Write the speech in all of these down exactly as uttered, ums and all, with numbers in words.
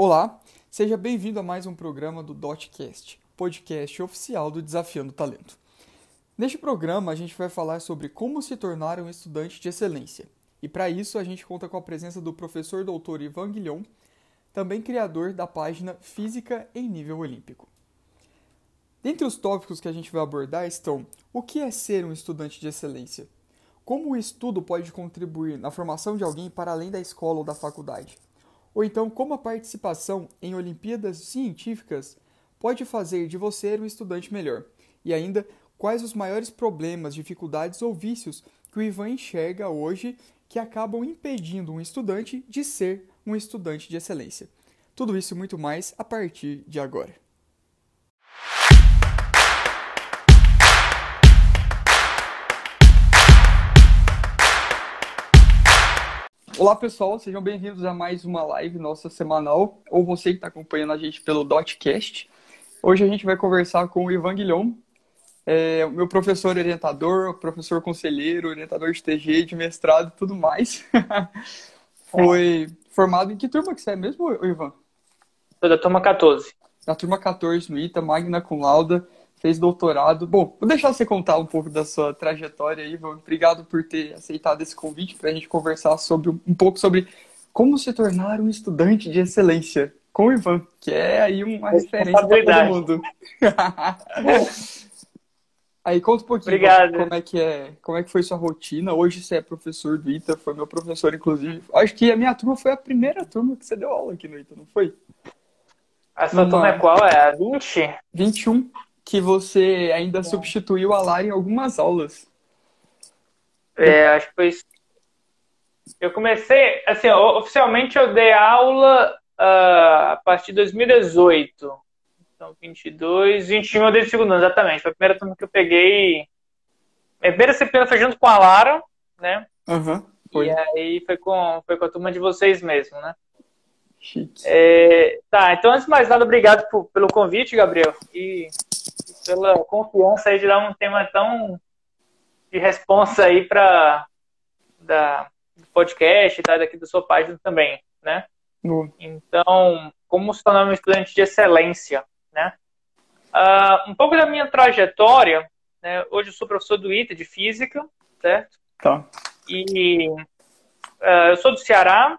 Olá, seja bem-vindo a mais um programa do DotCast, podcast oficial do Desafiando o Talento. Neste programa, a gente vai falar sobre como se tornar um estudante de excelência. E para isso, a gente conta com a presença do professor doutor Ivan Guilhom, também criador da página Física em Nível Olímpico. Dentre os tópicos que a gente vai abordar estão: o que é ser um estudante de excelência? Como o estudo pode contribuir na formação de alguém para além da escola ou da faculdade? Ou então, como a participação em Olimpíadas científicas pode fazer de você um estudante melhor? E ainda, quais os maiores problemas, dificuldades ou vícios que o Ivan enxerga hoje que acabam impedindo um estudante de ser um estudante de excelência? Tudo isso e muito mais a partir de agora. Olá pessoal, sejam bem-vindos a mais uma live nossa semanal, ou você que está acompanhando a gente pelo DotCast. Hoje a gente vai conversar com o Ivan Guilhom, é, o meu professor orientador, professor conselheiro, orientador de T G, de mestrado e tudo mais. Foi formado em que turma que você é mesmo, Ivan? Sou da turma quatorze. Da turma quatorze no ITA, magna cum laude, fez doutorado. Bom, vou deixar você contar um pouco da sua trajetória aí, Ivan. Obrigado por ter aceitado esse convite para a gente conversar sobre, um pouco sobre como se tornar um estudante de excelência com o Ivan, que é aí uma referência para todo mundo. Aí conta um pouquinho Obrigado. como é que é, como é que foi sua rotina. Hoje você é professor do ITA, foi meu professor, inclusive. Acho que a minha turma foi a primeira turma que você deu aula aqui no ITA, não foi? A sua turma é qual? É a vinte? vinte e um. Que você ainda é. substituiu a Lara em algumas aulas. É, acho que foi isso. Eu comecei, assim, oficialmente eu dei aula uh, a partir de dois mil e dezoito. Então, vinte e dois, vinte e um eu dei de segundo ano, exatamente. Foi a primeira turma que eu peguei. A primeira disciplina foi junto com a Lara, né? Uhum, foi. E aí foi com, foi com a turma de vocês mesmo, né? Chique. É, tá, então antes de mais nada, obrigado por, pelo convite, Gabriel. E pela confiança aí de dar um tema tão de responsa aí para da do podcast e tá, daqui da sua página também, né? Uhum. Então, como se tornar um estudante de excelência, né? Uh, um pouco da minha trajetória, né? Hoje eu sou professor do ITA de Física, certo? Tá. E uh, eu sou do Ceará.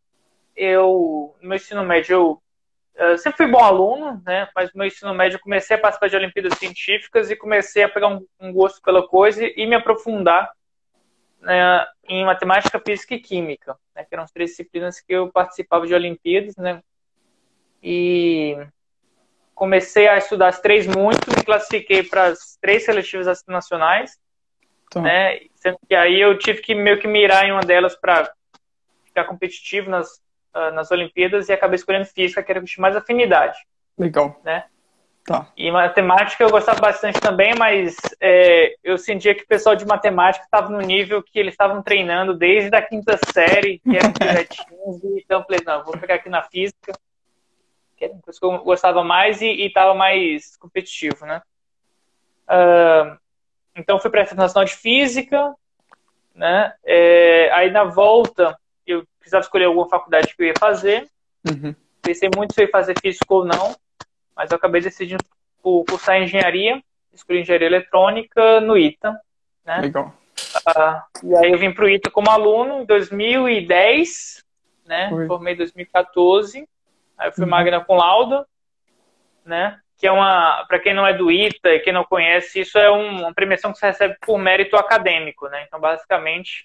Eu, no meu ensino médio, eu Eu sempre fui bom aluno, né? Mas no meu ensino médio eu comecei a participar de Olimpíadas Científicas e comecei a pegar um, um gosto pela coisa e me aprofundar, né, em matemática, física e química, né, que eram as três disciplinas que eu participava de Olimpíadas, né? E comecei a estudar as três muito, me classifiquei para as três seletivas nacionais, Tá. né? Sendo que aí eu tive que meio que mirar em uma delas para ficar competitivo nas nas Olimpíadas e acabei escolhendo física, que era o que tinha mais afinidade. Legal. Né? Tá. E matemática eu gostava bastante também, mas é, eu sentia que o pessoal de matemática estava no nível que eles estavam treinando desde a quinta série, que eram pivetinhos, então eu falei, não, vou pegar aqui na física, que era uma coisa que eu gostava mais e estava mais competitivo, né? Uh, então fui para a Internacional de Física, né? É, aí na volta eu precisava escolher alguma faculdade que eu ia fazer. Uhum. Pensei muito se eu ia fazer físico ou não, mas eu acabei decidindo por cursar engenharia, escolhi engenharia eletrônica no ITA. Né? Legal. Uh, e aí eu vim para o ITA como aluno em dois mil e dez, né? Formei em dois mil e quatorze, aí eu fui uhum. magna cum laude, né? Que é uma, para quem não é do ITA e quem não conhece, isso é um, uma premiação que você recebe por mérito acadêmico, né? Então, basicamente,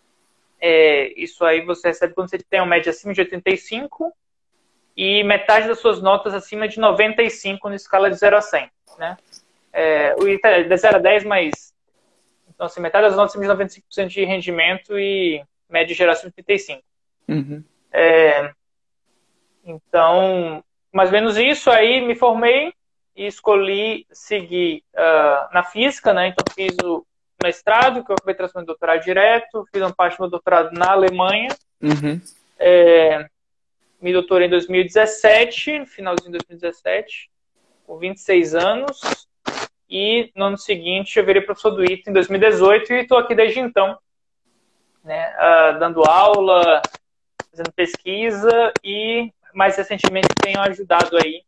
É, isso aí você recebe quando você tem uma média acima de oitenta e cinco e metade das suas notas acima de noventa e cinco na escala de zero a cem, né? É, o ITA é de zero a dez, mas então, assim, metade das notas acima de noventa e cinco por cento de rendimento e média geral acima de trinta e cinco. Uhum. É, então, mais ou menos isso. Aí me formei e escolhi seguir uh, na física, né? Então fiz o mestrado, que eu acabei transformando em doutorado direto, fiz uma parte do meu doutorado na Alemanha, Uhum. é, me doutorei em dois mil e dezessete, finalzinho de dois mil e dezessete, com vinte e seis anos, e no ano seguinte eu virei professor do ITA em dois mil e dezoito e estou aqui desde então, né, uh, dando aula, fazendo pesquisa e mais recentemente tenho ajudado aí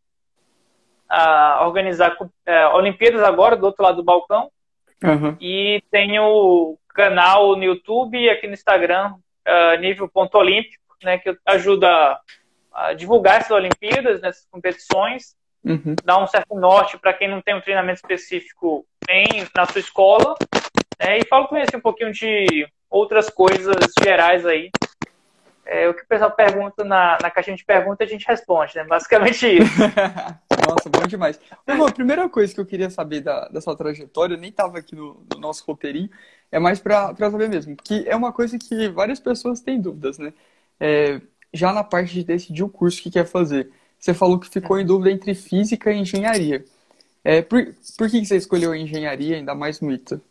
a organizar é, Olimpíadas agora, do outro lado do balcão. Uhum. E tenho canal no YouTube e aqui no Instagram, uh, nível ponto olímpico, né, que ajuda a, a divulgar essas Olimpíadas, nessas competições, Uhum. dar um certo norte para quem não tem um treinamento específico em, na sua escola, né, e falo com eles um pouquinho de outras coisas gerais aí. É, o que o pessoal pergunta na, na caixinha de perguntas, a gente responde, né? Basicamente isso. Nossa, bom demais. Bom, a primeira coisa que eu queria saber da, da sua trajetória, eu nem estava aqui no, no nosso roteirinho, é mais para saber mesmo, que é uma coisa que várias pessoas têm dúvidas, né? É, já na parte de decidir o curso que quer fazer, você falou que ficou em dúvida entre física e engenharia. É, por, por que você escolheu a engenharia, ainda mais no ITA?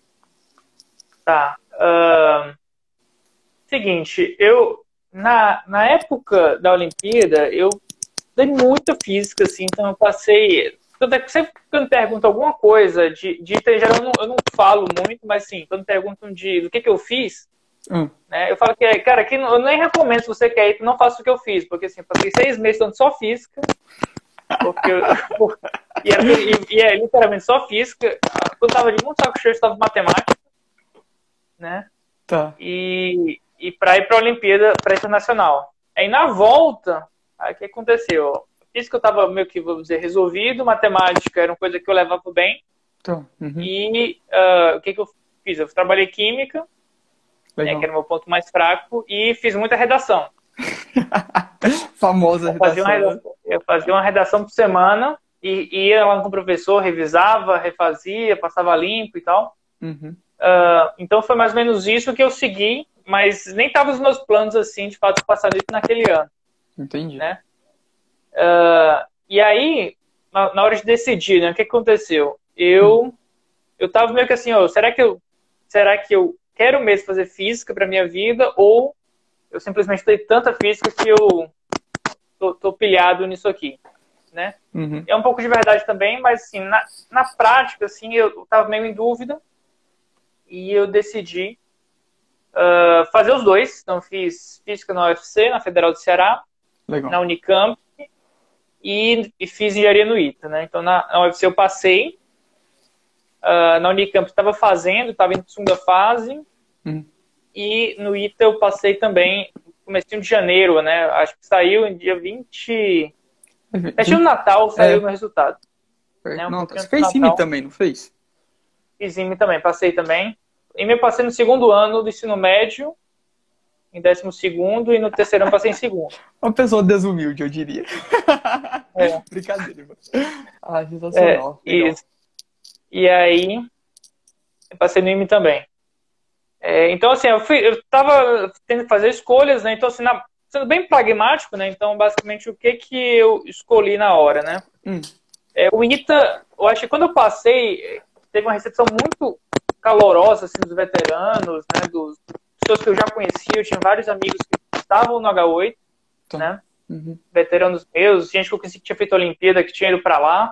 Tá. Uh, seguinte, eu... Na, na época da Olimpíada, eu dei muita física, assim, então eu passei... Sempre quando perguntam alguma coisa de, de em geral, eu não, eu não falo muito, mas sim, quando perguntam de, do que, que eu fiz, hum. né, eu falo que, cara, aqui eu nem recomendo se você quer ir, não faça o que eu fiz, porque assim, eu passei seis meses estudando só física, porque eu, e, era, e, e é literalmente só física. Quando eu tava de muito saco cheio, eu estava matemática, né, tá. e... e para ir para a Olimpíada, para internacional. Aí na volta, aí o que aconteceu? Física eu estava meio que, vamos dizer, resolvido, matemática era uma coisa que eu levava bem. Tá. Uhum. E uh, o que, que eu fiz? Eu trabalhei química, né, que era o meu ponto mais fraco, e fiz muita redação. Famosa eu fazia redação. Uma redação eu fazia uma redação por semana, e ia lá com o professor, revisava, refazia, passava limpo e tal. Uhum. Uh, então foi mais ou menos isso que eu segui, mas nem estava nos meus planos, assim, de fato, passar isso naquele ano. Entendi. Né? Uh, e aí, na, na hora de decidir, né, o que aconteceu? Eu hum. eu tava meio que assim, ó, será que eu, será que eu quero mesmo fazer física para minha vida, ou eu simplesmente tenho tanta física que eu tô, tô pilhado nisso aqui, né? Uhum. É um pouco de verdade também, mas assim, na, na prática, assim, eu tava meio em dúvida e eu decidi Uh, fazer os dois. Então fiz física na U F C, na Federal do Ceará. Legal. Na Unicamp e, e fiz engenharia no ITA, né? Então na, na U F C eu passei, uh, na Unicamp estava fazendo, estava em segunda fase, hum. e no ITA eu passei também comecinho de janeiro, né? Acho que saiu em dia vinte... Acho que no Natal saiu o meu resultado. Né? Um não, você fez I M E também, não fez? Fiz I M E também, passei também. E me passei no segundo ano do ensino médio, em décimo segundo, e no terceiro ano passei em segundo. Uma pessoa desumilde, eu diria. É. Brincadeira, mano. Ah, sensacional. É, e, e aí, eu passei no I M E também. É, então, assim, eu, fui, eu tava tendo que fazer escolhas, né? Então, assim, na, sendo bem pragmático, né? Então, basicamente, o que que eu escolhi na hora, né? Hum. É, o ITA, eu acho que quando eu passei, teve uma recepção muito calorosa, assim, dos veteranos, né, dos pessoas que eu já conhecia. Eu tinha vários amigos que estavam no agá oito, tá. né, uhum. veteranos meus, gente que eu conheci que tinha feito a Olimpíada, que tinha ido para lá.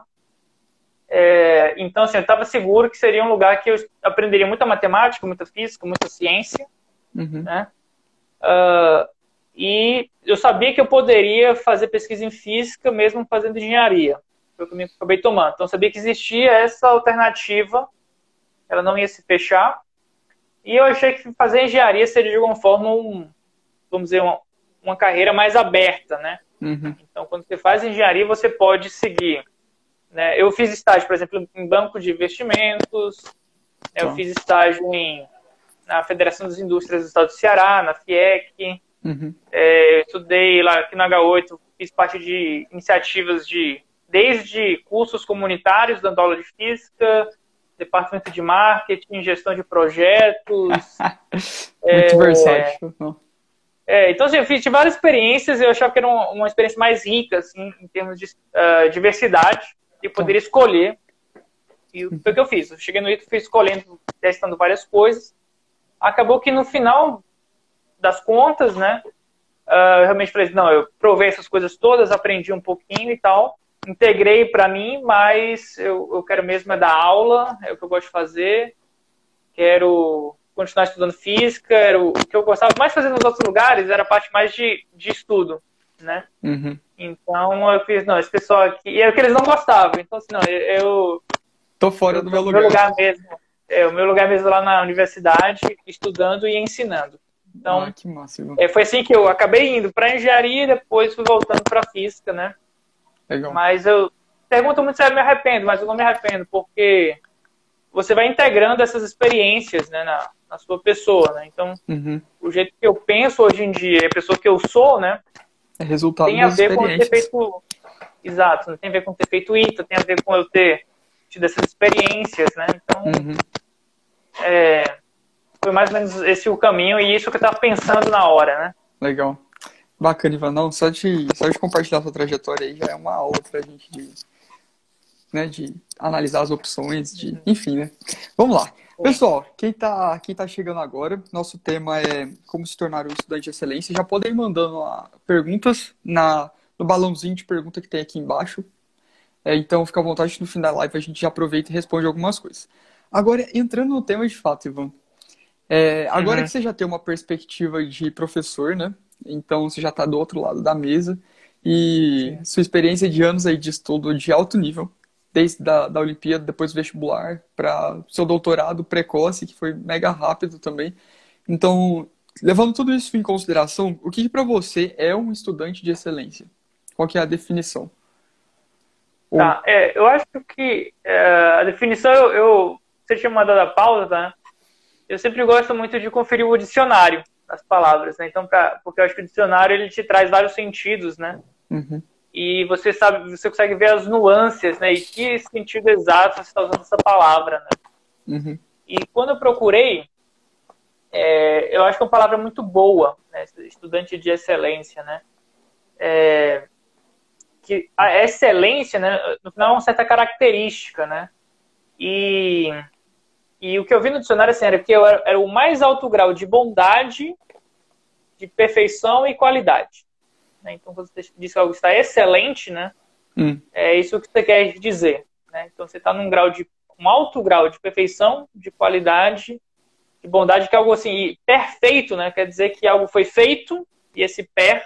É, então, assim, eu estava seguro que seria um lugar que eu aprenderia muita matemática, muita física, muita ciência, uhum. né, uh, e eu sabia que eu poderia fazer pesquisa em física mesmo fazendo engenharia. Foi o que eu acabei tomando. Então, eu sabia que existia essa alternativa, ela não ia se fechar, e eu achei que fazer engenharia seria de alguma forma um, vamos dizer, uma, uma carreira mais aberta, né? Uhum. Então, quando você faz engenharia, você pode seguir, né? Eu fiz estágio, por exemplo, em banco de investimentos, né? Eu fiz estágio em, na Federação das Indústrias do Estado do Ceará, na FIEC, uhum. é, estudei lá aqui no agá oito, fiz parte de iniciativas de, desde cursos comunitários, dando aula de física, departamento de marketing, gestão de projetos. Muito é, versátil. É, então, assim, eu fiz várias experiências, eu achava que era uma, uma experiência mais rica, assim, em termos de uh, diversidade, e poderia escolher. E foi o que eu fiz. Eu cheguei no ITA, fui escolhendo, testando várias coisas. Acabou que no final das contas, né, uh, eu realmente falei, não, eu provei essas coisas todas, aprendi um pouquinho e tal, integrei para mim, mas eu, eu quero mesmo é dar aula, é o que eu gosto de fazer, quero continuar estudando física, era o, o que eu gostava mais de fazer nos outros lugares era a parte mais de, de estudo. né? Uhum. Então eu fiz, não, esse pessoal aqui, e é o que eles não gostavam, então assim, não, eu, Tô fora eu do tô meu no meu lugar. lugar mesmo, é, o meu lugar mesmo lá na universidade, estudando e ensinando. Ah, Então, que massa, Ivan. é, foi assim que eu acabei indo para engenharia e depois fui voltando para física, né? Legal. Mas eu pergunto muito se eu me arrependo, mas eu não me arrependo, porque você vai integrando essas experiências, né, na, na sua pessoa, né? Então, Uhum. o jeito que eu penso hoje em dia, a pessoa que eu sou, né, É resultado tem a das ver com eu ter experiências. feito, exato, tem a ver com ter feito I T A, tem a ver com eu ter tido essas experiências, né? Então, Uhum. é, foi mais ou menos esse o caminho e isso que eu estava pensando na hora, né? Legal. Bacana, Ivan. Não, só de, só de compartilhar a sua trajetória aí já é uma aula pra gente de, né, de analisar as opções, de, enfim, né? Vamos lá. Sim. Pessoal, quem tá, quem tá chegando agora, nosso tema é como se tornar um estudante de excelência. Já podem ir mandando ah, perguntas na, no balãozinho de pergunta que tem aqui embaixo. É, então, fica à vontade, no fim da live a gente já aproveita e responde algumas coisas. Agora, entrando no tema de fato, Ivan. É, agora que Uhum. você já tem uma perspectiva de professor, né? Então você já está do outro lado da mesa e Sim. sua experiência de anos aí de estudo de alto nível, desde da, da Olimpíada, depois do vestibular, para seu doutorado precoce, que foi mega rápido também. Então, levando tudo isso em consideração, o que para você é um estudante de excelência? Qual que é a definição? Ou, Tá, é, eu acho que é, a definição, eu, eu, você tinha mandado a pausa, tá? Eu sempre gosto muito de conferir o dicionário das palavras, né? Então, pra, porque eu acho que o dicionário ele te traz vários sentidos, né? uhum, E você sabe, você consegue ver as nuances, né? E que sentido exato você está usando essa palavra, né? uhum, E quando eu procurei, é, eu acho que é uma palavra muito boa, né? Estudante de excelência, né? É, que a excelência, né? No final é uma certa característica, né? E, e o que eu vi no dicionário assim, era que eu era, era o mais alto grau de bondade, de perfeição e qualidade. Né? Então, quando você diz que algo está excelente, né? hum, É isso que você quer dizer. Né? Então, você está num grau de um alto grau de perfeição, de qualidade, de bondade, que é algo assim, perfeito, né? Quer dizer que algo foi feito e esse per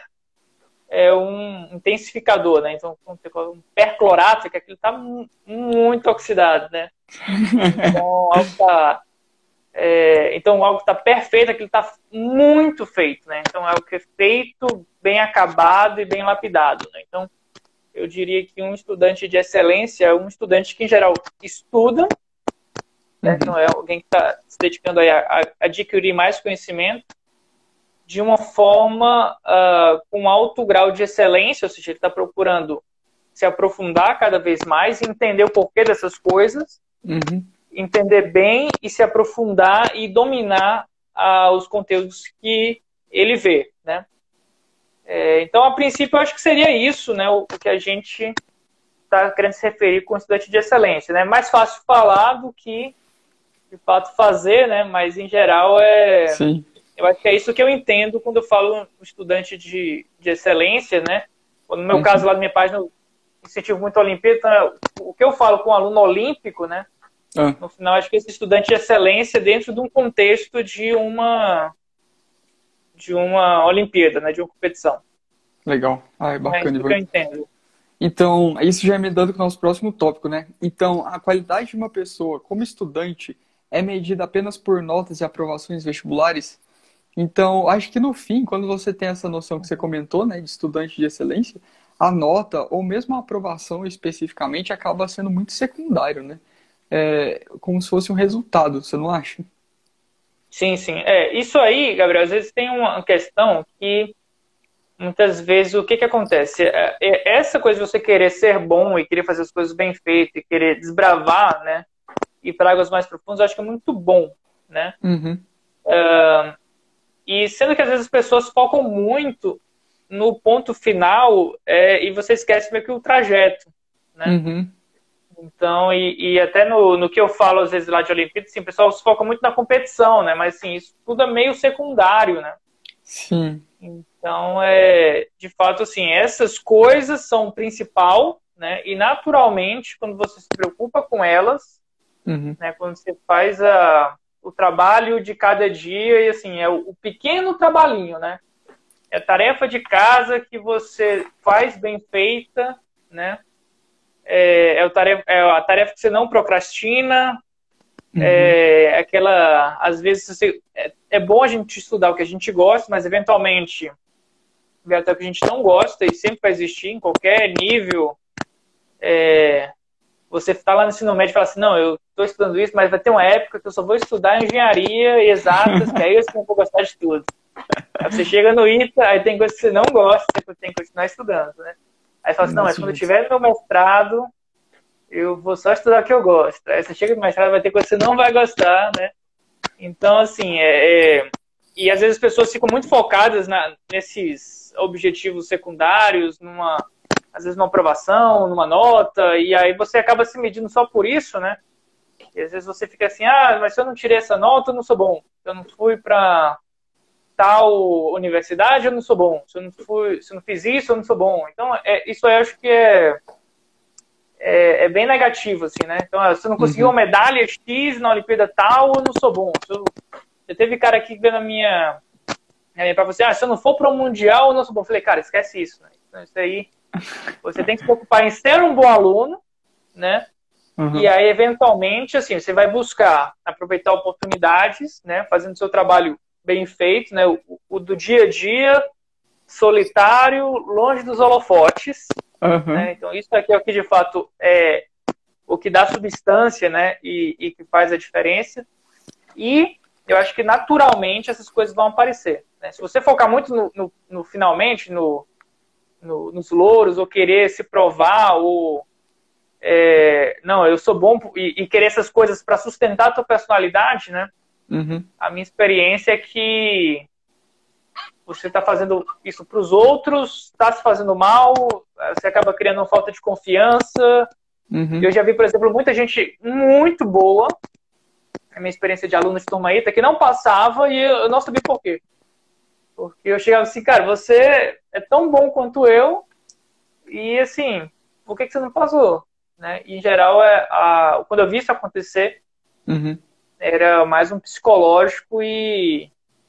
é um intensificador, né? Então, um perclorato, que aquilo está muito oxidado, né? Então, algo está é, então, algo está perfeito, aquilo está muito feito, né? Então, é algo que é feito, bem acabado e bem lapidado, né? Então, eu diria que um estudante de excelência é um estudante que, em geral, estuda, né? uhum, Então, é alguém que está se dedicando aí a, a adquirir mais conhecimento de uma forma uh, com alto grau de excelência, ou seja, ele está procurando se aprofundar cada vez mais, entender o porquê dessas coisas, uhum, entender bem e se aprofundar e dominar ah, os conteúdos que ele vê, né? É, então, a princípio, eu acho que seria isso, né? O, o que a gente está querendo se referir com estudante de excelência, né? Mais fácil falar do que, de fato, fazer, né? Mas, em geral, é... sim, eu acho que é isso que eu entendo quando eu falo um estudante de, de excelência, né? No meu caso, uhum, lá na minha página, eu incentivo muito a Olimpíada. Então, o que eu falo com um aluno olímpico, né? ah, No final, acho que esse estudante de excelência dentro de um contexto de uma de uma Olimpíada, né, de uma competição. legal. Ah, é Então, é bacana, isso que eu Ivan. entendo. Então, isso já é emendando com o nosso próximo tópico, né? Então, a qualidade de uma pessoa como estudante é medida apenas por notas e aprovações vestibulares? Então, acho que no fim, quando você tem essa noção que você comentou, né, de estudante de excelência, a nota, ou mesmo a aprovação especificamente, acaba sendo muito secundário, né? É como se fosse um resultado, você não acha? Sim, sim. É, isso aí, Gabriel, às vezes tem uma questão que muitas vezes o que que acontece? É, é, essa coisa de você querer ser bom e querer fazer as coisas bem feitas e querer desbravar, né, e para águas mais profundas, eu acho que é muito bom, né? Uhum, E sendo que às vezes as pessoas focam muito no ponto final é, e você esquece meio que o trajeto, né? uhum, Então, e, e até no, no que eu falo às vezes lá de Olimpíada, assim, o pessoal se foca muito na competição, né? Mas assim, isso tudo é meio secundário, né? sim, Então, é, de fato, assim, essas coisas são o principal, né? E naturalmente, quando você se preocupa com elas, uhum, né? Quando você faz a, o trabalho de cada dia, e assim, é o, o pequeno trabalhinho, né? é a tarefa de casa que você faz bem feita, né? É, é, o tarefa, é a tarefa que você não procrastina. Uhum. É aquela, às vezes, você, é, é bom a gente estudar o que a gente gosta, mas eventualmente vai até o que a gente não gosta, e sempre vai existir em qualquer nível. É, você está lá no ensino médio e fala assim, não, eu estou estudando isso, mas vai ter uma época que eu só vou estudar engenharia exatas, que aí eu não vou gostar de tudo. Aí você chega no I T A, aí tem coisa que você não gosta, você tem que continuar estudando, né? Aí você fala assim, não, mas quando eu tiver no meu mestrado, eu vou só estudar o que eu gosto. Aí você chega no mestrado, vai ter coisa que você não vai gostar, né? Então, assim, é, é... e às vezes as pessoas ficam muito focadas na, nesses objetivos secundários, numa, às vezes numa aprovação, numa nota, e aí você acaba se medindo só por isso, né? E às vezes você fica assim, ah, mas se eu não tirei essa nota, eu não sou bom. Se eu não fui para tal universidade, eu não sou bom. Se eu não, fui, se eu não fiz isso, eu não sou bom. Então, é, isso aí eu acho que é, é, é bem negativo, assim, né? Então, se eu não conseguiu uhum. uma medalha X na Olimpíada tal, eu não sou bom. Se eu, já teve cara aqui que veio na minha... para você, ah, se eu não for para o Mundial, eu não sou bom. Eu falei, cara, esquece isso, né? Então, isso aí, você tem que se preocupar em ser um bom aluno, né? Uhum. E aí, eventualmente, assim, você vai buscar aproveitar oportunidades, né? Fazendo seu trabalho bem feito, né? O, o do dia a dia, solitário, longe dos holofotes. Uhum. Né? Então, isso aqui é o que, de fato, é o que dá substância, né? E, e que faz a diferença. E eu acho que, naturalmente, essas coisas vão aparecer. Né? Se você focar muito no, no, no finalmente, no, no, nos louros, ou querer se provar, ou... É, não, eu sou bom, e, e querer essas coisas para sustentar a tua personalidade, né? Uhum. A minha experiência é que você está fazendo isso para os outros, está se fazendo mal, você acaba criando uma falta de confiança. Uhum. Eu já vi, por exemplo, muita gente muito boa, a minha experiência de aluno de turma I T A, que não passava e eu não sabia por quê. Porque eu chegava assim, cara, você é tão bom quanto eu e, assim, por que, que você não passou? Né? E, em geral, é a... quando eu vi isso acontecer, uhum. era mais um psicológico e,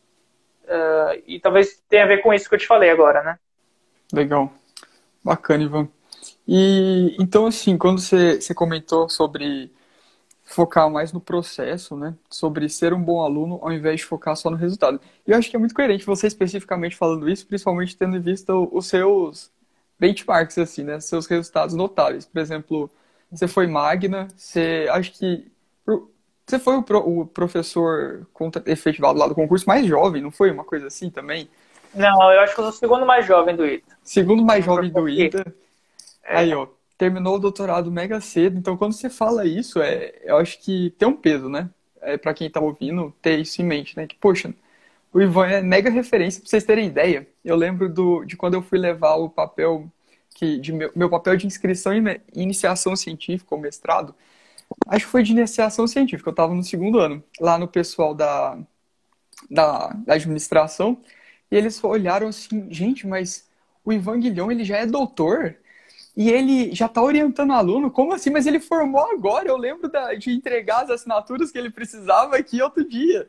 uh, e talvez tenha a ver com isso que eu te falei agora, né? Legal. Bacana, Ivan. E, então, assim, quando você, você comentou sobre focar mais no processo, né? Sobre ser um bom aluno ao invés de focar só no resultado. E eu acho que é muito coerente você especificamente falando isso, principalmente tendo em vista os seus benchmarks, assim, né? Seus resultados notáveis. Por exemplo, você foi Magna, você acho que você foi o, pro, o professor efetivado lá do concurso mais jovem, não foi uma coisa assim também? Não, eu acho que eu sou o segundo mais jovem do I T A. Segundo mais jovem do I T A. É. Aí, ó, terminou o doutorado mega cedo. Então, quando você fala isso, é, eu acho que tem um peso, né? É, para quem tá ouvindo, ter isso em mente, né? Que, poxa, o Ivan é mega referência, pra vocês terem ideia. Eu lembro do, de quando eu fui levar o papel, que, de meu, meu papel de inscrição em iniciação científica, ou mestrado. Acho que foi de iniciação científica, eu estava no segundo ano, lá no pessoal da, da, da administração, e eles olharam assim, gente, mas o Ivan Guilhom, ele já é doutor, e ele já está orientando aluno, como assim? Mas ele formou agora, eu lembro da, de entregar as assinaturas que ele precisava aqui outro dia.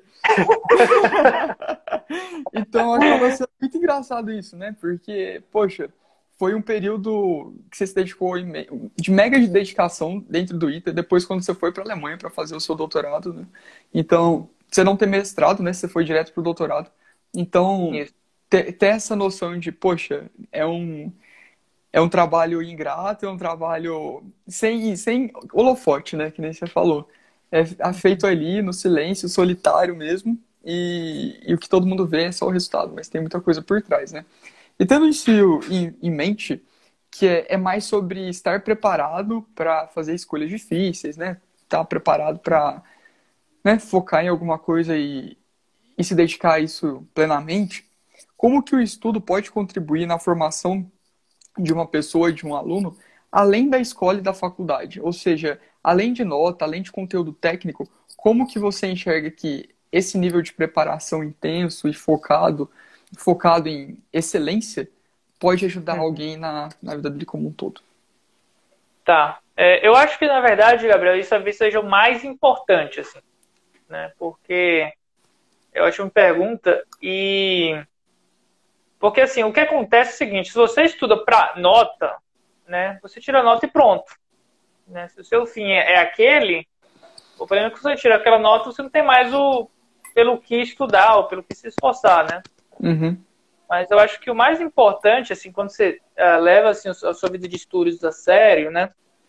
Então, acaba sendo muito engraçado isso, né? Porque, poxa, foi um período que você se dedicou de mega de dedicação dentro do I T A, depois quando você foi para a Alemanha para fazer o seu doutorado, né? Então, você não tem mestrado, né? Você foi direto para o doutorado. Então, ter, ter essa noção de, poxa, é um, é um trabalho ingrato, é um trabalho sem, sem holofote, né? Que nem você falou. É feito ali no silêncio, solitário mesmo, e, e o que todo mundo vê é só o resultado, mas tem muita coisa por trás, né? E tendo isso em, em mente, que é, é mais sobre estar preparado para fazer escolhas difíceis, né? Estar preparado para, né, focar em alguma coisa e, e se dedicar a isso plenamente. Como que o estudo pode contribuir na formação de uma pessoa, de um aluno, além da escola e da faculdade? Ou seja, além de nota, além de conteúdo técnico, como que você enxerga que esse nível de preparação intenso e focado focado em excelência, pode ajudar uhum. alguém na, na vida dele como um todo? Tá. É, eu acho que, na verdade, Gabriel, isso talvez seja o mais importante, assim, né? Porque eu acho uma pergunta e Porque, assim, o que acontece é o seguinte, se você estuda para nota, né, você tira a nota e pronto. Né? Se o seu fim é, é aquele, o problema é que se você tira aquela nota, você não tem mais o pelo que estudar ou pelo que se esforçar, né? Uhum. Mas eu acho que o mais importante, assim, quando você uh, leva assim, a sua vida de estudos a sério, né?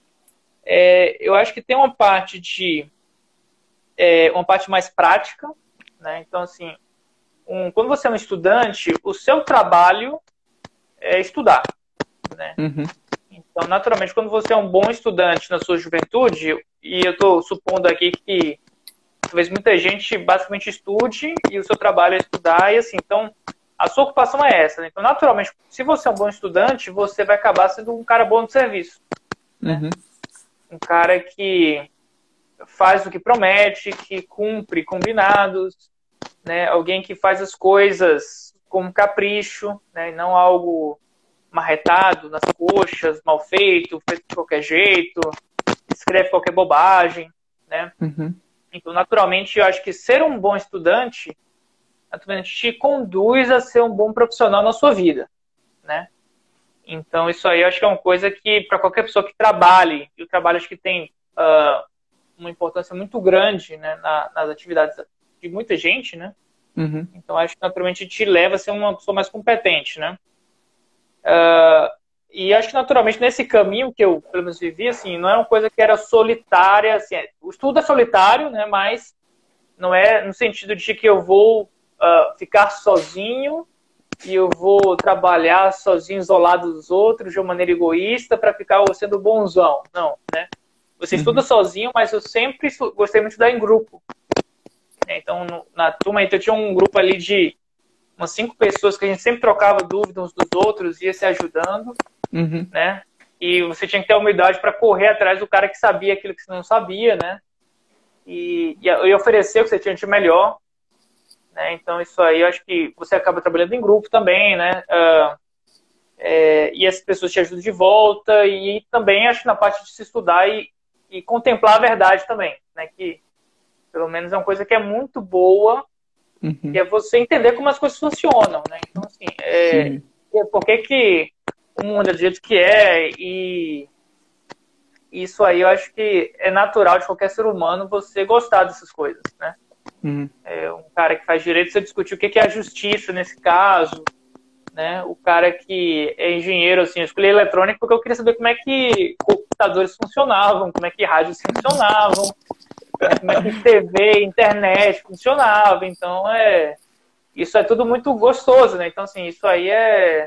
É, eu acho que tem uma parte de é, uma parte mais prática, né? Então, assim, um, quando você é um estudante, o seu trabalho é estudar, né? Uhum. Então, naturalmente, quando você é um bom estudante na sua juventude, e eu estou supondo aqui que talvez muita gente basicamente estude e o seu trabalho é estudar, e assim, então a sua ocupação é essa, né? Então, naturalmente, se você é um bom estudante, você vai acabar sendo um cara bom no serviço, né? Uhum. Um cara que faz o que promete, que cumpre combinados, né? Alguém que faz as coisas com capricho, né? E não algo marretado, nas coxas, mal feito, feito de qualquer jeito, escreve qualquer bobagem, né? Uhum. Então, naturalmente, eu acho que ser um bom estudante naturalmente te conduz a ser um bom profissional na sua vida, né? Então, isso aí eu acho que é uma coisa que, para qualquer pessoa que trabalhe, e o trabalho acho que tem uh, uma importância muito grande, né, na, nas atividades de muita gente, né? Uhum. Então, acho que naturalmente te leva a ser uma pessoa mais competente, né? Uh, e acho que naturalmente nesse caminho que eu, pelo menos, vivi, assim, não é uma coisa que era solitária, assim, o estudo é solitário, né, mas não é no sentido de que eu vou uh, ficar sozinho e eu vou trabalhar sozinho, isolado dos outros, de uma maneira egoísta, para ficar sendo bonzão. Não, né? Você Uhum. estuda sozinho, mas eu sempre gostei muito de estudar em grupo. Então, no, na turma, então, eu tinha um grupo ali de umas cinco pessoas que a gente sempre trocava dúvidas uns dos outros, ia se ajudando, Uhum. né? E você tinha que ter a humildade para correr atrás do cara que sabia aquilo que você não sabia, né? E, e, e oferecer o que você tinha de melhor, né? Então, isso aí, eu acho que você acaba trabalhando em grupo também, né? Uh, é, e as pessoas te ajudam de volta, e também acho que na parte de se estudar e, e contemplar a verdade também, né? Que, pelo menos, é uma coisa que é muito boa, Uhum. que é você entender como as coisas funcionam, né? Então, assim, é, é por que que o mundo é do jeito que é, e isso aí eu acho que é natural de qualquer ser humano você gostar dessas coisas, né? Uhum. É, um cara que faz direito, você discutir o que que é a justiça nesse caso, né? O cara que é engenheiro, assim, eu escolhi eletrônica porque eu queria saber como é que computadores funcionavam, como é que rádios funcionavam, né? Como é que T V, internet funcionava. Então, é, isso é tudo muito gostoso, né? Então, assim, isso aí é,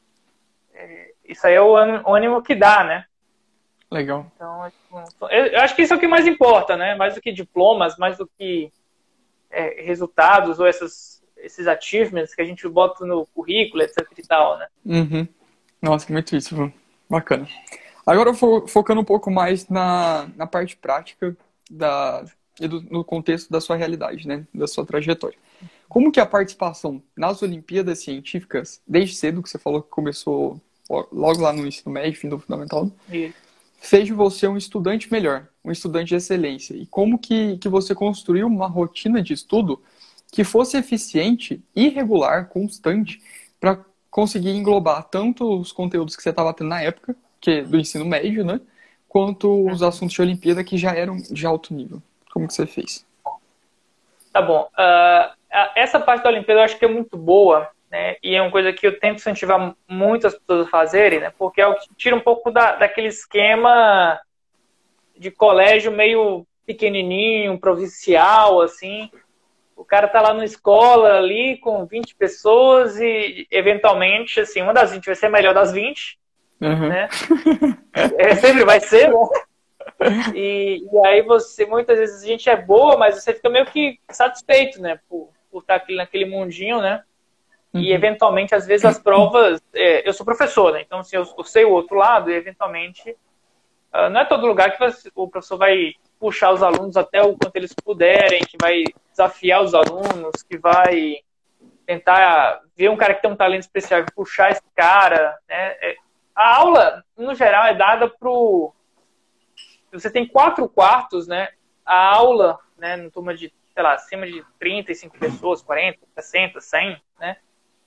é isso aí é o ânimo que dá, né? Legal. Então, eu, eu acho que isso é o que mais importa, né? Mais do que diplomas, mais do que é, resultados ou essas, esses achievements que a gente bota no currículo, etc e tal, né? Uhum. Nossa, muito isso, viu? Bacana. Agora fo focando um pouco mais na, na parte prática da, e do, no contexto da sua realidade, né? Da sua trajetória. Como que a participação nas Olimpíadas Científicas, desde cedo, que você falou que começou logo lá no ensino médio, fim do fundamental, Isso. fez de você um estudante melhor, um estudante de excelência? E como que, que você construiu uma rotina de estudo que fosse eficiente e regular, constante, para conseguir englobar tanto os conteúdos que você estava tendo na época, que é do ensino médio, né, quanto os assuntos de Olimpíada que já eram de alto nível? Como que você fez? Tá bom. Uh, essa parte da Olimpíada eu acho que é muito boa, né? E é uma coisa que eu tento incentivar muitas pessoas a fazerem, né? Porque é o que tira um pouco da, daquele esquema de colégio meio pequenininho, provincial, assim. O cara tá lá na escola ali com vinte pessoas e, eventualmente, assim, uma das vinte vai ser a melhor das vinte, Uhum. né? É, sempre vai ser, né? E, e aí você, muitas vezes a gente é boa, mas você fica meio que satisfeito, né? Por, por estar aqui naquele mundinho, né? Uhum. E eventualmente, às vezes, as provas... É, eu sou professor, né? Então, assim, eu, eu sei o outro lado e, eventualmente, uh, não é todo lugar que você, o professor vai puxar os alunos até o quanto eles puderem, que vai desafiar os alunos, que vai tentar ver um cara que tem um talento especial e puxar esse cara, né? É, a aula, no geral, é dada pro... Você tem quatro quartos, né? A aula, né, numa turma de, sei lá, acima de trinta e cinco pessoas, quarenta, sessenta, cem, né?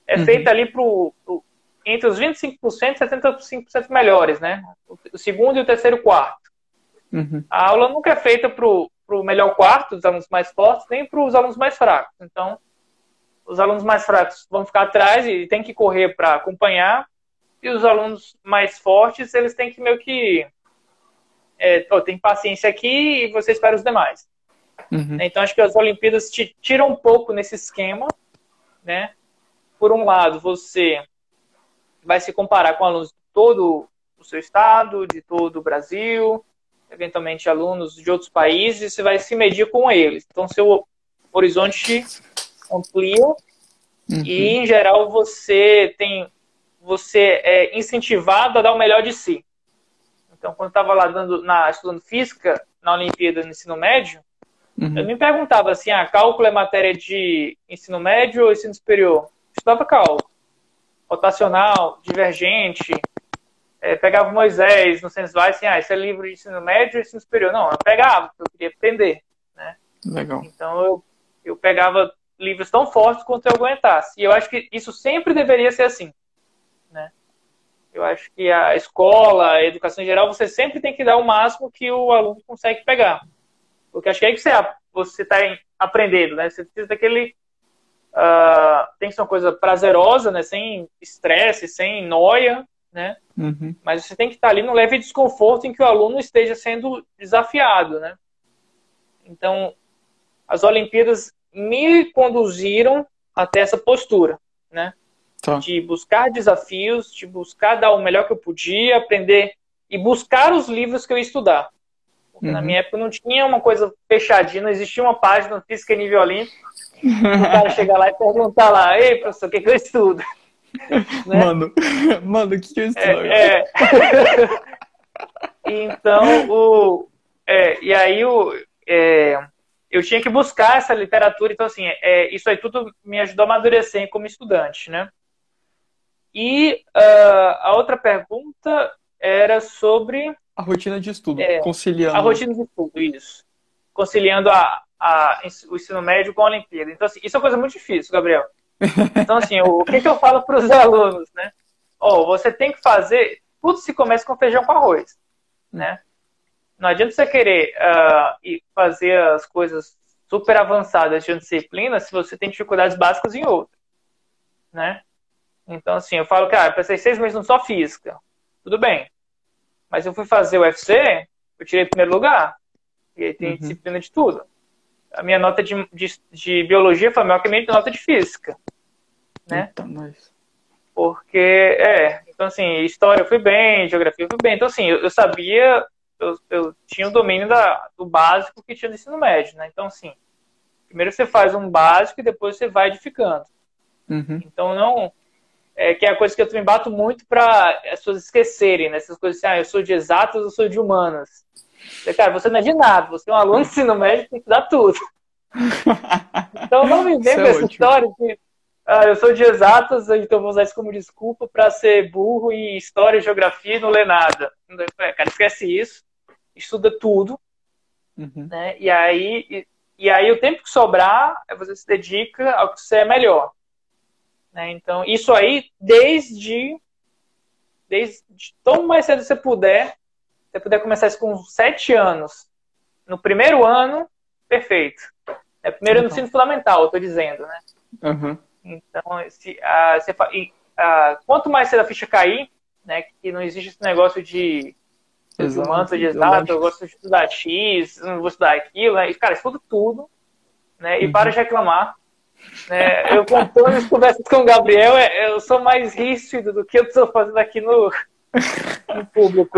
é Uhum. feita ali pro, pro, entre os vinte e cinco por cento e setenta e cinco por cento melhores, né? O segundo e o terceiro quarto. Uhum. A aula nunca é feita pro, pro melhor quarto, dos alunos mais fortes, nem para os alunos mais fracos. Então, os alunos mais fracos vão ficar atrás e tem que correr para acompanhar, e os alunos mais fortes, eles têm que meio que é, oh, tem paciência aqui e você espera os demais. Uhum. Então, acho que as Olimpíadas te tiram um pouco nesse esquema, né? Por um lado, você vai se comparar com alunos de todo o seu estado, de todo o Brasil, eventualmente alunos de outros países, e você vai se medir com eles. Então, seu horizonte amplia Uhum. e, em geral, você tem, você é incentivado a dar o melhor de si. Então, quando eu estava lá dando, na, estudando física na Olimpíada no ensino médio, Uhum. eu me perguntava assim, ah, cálculo é matéria de ensino médio ou ensino superior? Eu estudava cálculo, rotacional, divergente, é, pegava o Moisés no Sensei, assim, ah, esse é livro de ensino médio ou ensino superior? Não, eu pegava, porque eu queria aprender, né? Legal. Então, eu, eu pegava livros tão fortes quanto eu aguentasse. E eu acho que isso sempre deveria ser assim, né? Eu acho que a escola, a educação em geral, você sempre tem que dar o máximo que o aluno consegue pegar. Porque acho que é aí que você está aprendendo, né? Você precisa daquele... Uh, tem que ser uma coisa prazerosa, né? Sem estresse, sem noia, né? Uhum. Mas você tem que estar ali no leve desconforto em que o aluno esteja sendo desafiado, né? Então, as Olimpíadas me conduziram até essa postura, né? Tá. De buscar desafios, de buscar dar o melhor que eu podia, aprender e buscar os livros que eu ia estudar. Porque uhum. na minha época não tinha uma coisa fechadinha, não existia uma página física em nível olímpico, o cara chegar lá e perguntar lá, ei, professor, o que, que eu estudo? Né? Mano, mano, o que, que eu estudo agora? É, é... Então, o, é, e aí o, é, eu tinha que buscar essa literatura, então assim, é, isso aí tudo me ajudou a amadurecer como estudante, né? E uh, a outra pergunta era sobre... A rotina de estudo, é, conciliando... A rotina de estudo, isso. Conciliando a, a, o ensino médio com a Olimpíada. Então, assim, isso é uma coisa muito difícil, Gabriel. Então, assim, o, o que, que eu falo para os alunos, né? Oh, você tem que fazer... Tudo se começa com feijão com arroz, né? Não adianta você querer uh, fazer as coisas super avançadas de uma disciplina se você tem dificuldades básicas em outra, né? Então, assim, eu falo, cara, eu passei seis meses no só física. Tudo bem. Mas eu fui fazer o U F C, eu tirei primeiro lugar. E aí tem uhum. disciplina de tudo. A minha nota de, de, de biologia foi maior que a minha nota de física. Né? Eita, mas... Porque, é, então assim, história eu fui bem, geografia eu fui bem. Então, assim, eu, eu sabia, eu, eu tinha o domínio da, do básico que tinha no ensino médio, né? Então, assim, primeiro você faz um básico e depois você vai edificando. Uhum. Então, não... É, que é a coisa que eu também bato muito para as pessoas esquecerem, né? Essas coisas assim, ah, eu sou de exatas, eu sou de humanas. Cara, você não é de nada, você é um aluno de ensino médio, tem que dar tudo. Então não me vem com é essa ótimo. história de ah, eu sou de exatas, então vou usar isso como desculpa para ser burro em história e geografia e não ler nada. Cara, esquece isso, estuda tudo, uhum. né? E aí, e, e aí o tempo que sobrar, você se dedica ao que você é melhor. Né? Então, isso aí, desde, desde tão mais cedo você puder, você puder começar isso com sete anos. No primeiro ano, perfeito. É primeiro ano do ensino fundamental, eu estou dizendo, né? Uhum. Então, se, a, se, a, quanto mais cedo a ficha cair, né, que não existe esse negócio de de humano, de exato, eu gosto de estudar X, não vou estudar aquilo, né? E, cara, estuda tudo, né? E uhum. para de reclamar. É, eu contando as conversas com o Gabriel, eu sou mais ríspido do que eu estou fazendo aqui no, no público.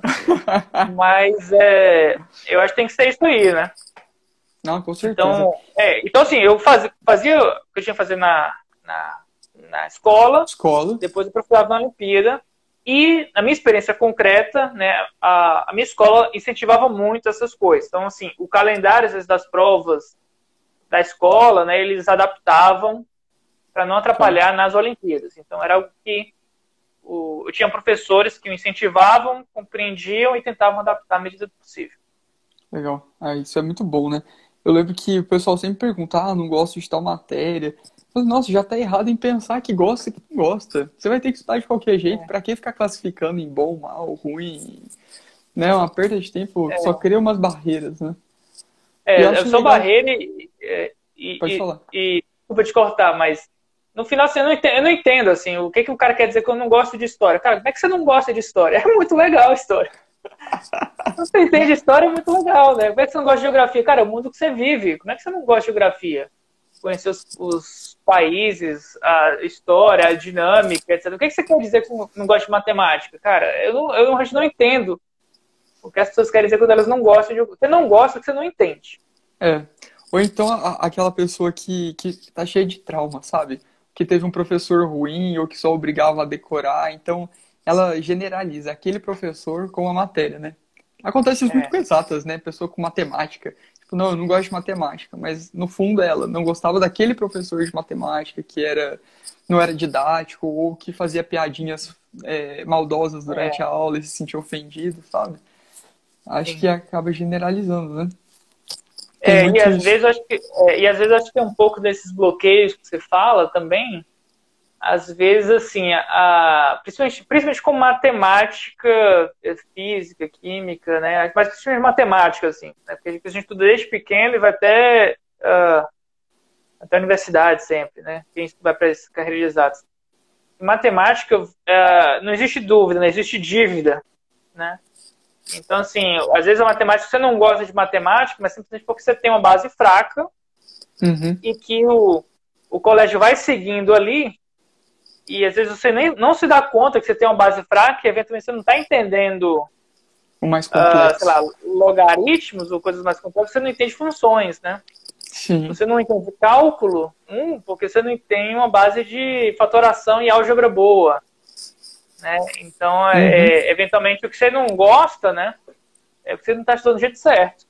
Mas é, eu acho que tem que ser isso aí, né? Não, com certeza. Então, é, então assim, eu fazia, fazia o que eu tinha que fazer na, na, na escola, escola, depois eu procurava na Olimpíada. E, na minha experiência concreta, né, a, a minha escola incentivava muito essas coisas. Então, assim, o calendário, às vezes, das provas da escola, né, eles adaptavam para não atrapalhar nas Olimpíadas. Então, era algo que o, eu tinha professores que o incentivavam, compreendiam e tentavam adaptar à medida do possível. Legal. Ah, isso é muito bom, né? Eu lembro que o pessoal sempre pergunta, ah, não gosto de tal matéria. Mas, nossa, já tá errado em pensar que gosta e que não gosta. Você vai ter que estudar de qualquer jeito. É, Pra que ficar classificando em bom, mal, ruim? Né? Uma perda de tempo que só é, cria umas barreiras, né? E eu é, eu acho sou legal. barreira e, e, Pode e, falar. e desculpa te cortar, mas no final assim, eu não entendo, eu não entendo assim, o que, que o cara quer dizer que eu não gosto de história. Cara, como é que você não gosta de história? É muito legal a história. Você entende história, é muito legal, né? Como é que você não gosta de geografia? Cara, é o mundo que você vive. Como é que você não gosta de geografia? Conhecer os, os países, a história, a dinâmica, etcétera. O que, que você quer dizer que não gosta de matemática? Cara, eu não, eu não, não entendo o que as pessoas querem dizer quando elas não gostam de... Você não gosta porque você não entende. É. Ou então a- aquela pessoa que, que tá cheia de trauma, sabe? Que teve um professor ruim ou que só obrigava a decorar. Então ela generaliza aquele professor com a matéria, né? Acontece isso muito É, com exatas, né? Pessoa com matemática. Tipo, não, eu não gosto de matemática, mas no fundo ela não gostava daquele professor de matemática que era, não era didático ou que fazia piadinhas é, maldosas durante é, a aula e se sentia ofendido, sabe? Acho que sim. acaba generalizando, né? Tem É, e muito às isso. vezes eu acho que, é, e às vezes eu acho que tem um pouco desses bloqueios que você fala também. Às vezes, assim, a, a- principalmente, principalmente com matemática, eh, física, química, né? Mas principalmente matemática, assim, né? Porque a gente estuda desde pequeno e vai até, ah, até a universidade sempre, né? Quem vai para essa carreira de exatas. Em matemática, ah, não existe dúvida, não existe dívida, né? Então, assim, às vezes a matemática, você não gosta de matemática, mas simplesmente porque você tem uma base fraca Uhum. e que o, o colégio vai seguindo ali. E às vezes você nem não se dá conta que você tem uma base fraca e eventualmente você não está entendendo, O mais uh, sei lá, complexo. logaritmos ou coisas mais complexas, você não entende funções, né? Sim. Você não entende cálculo, um, porque você não tem uma base de fatoração e álgebra boa, né? Então, Uhum. é, eventualmente, o que você não gosta, né, é porque você não está estudando do jeito certo,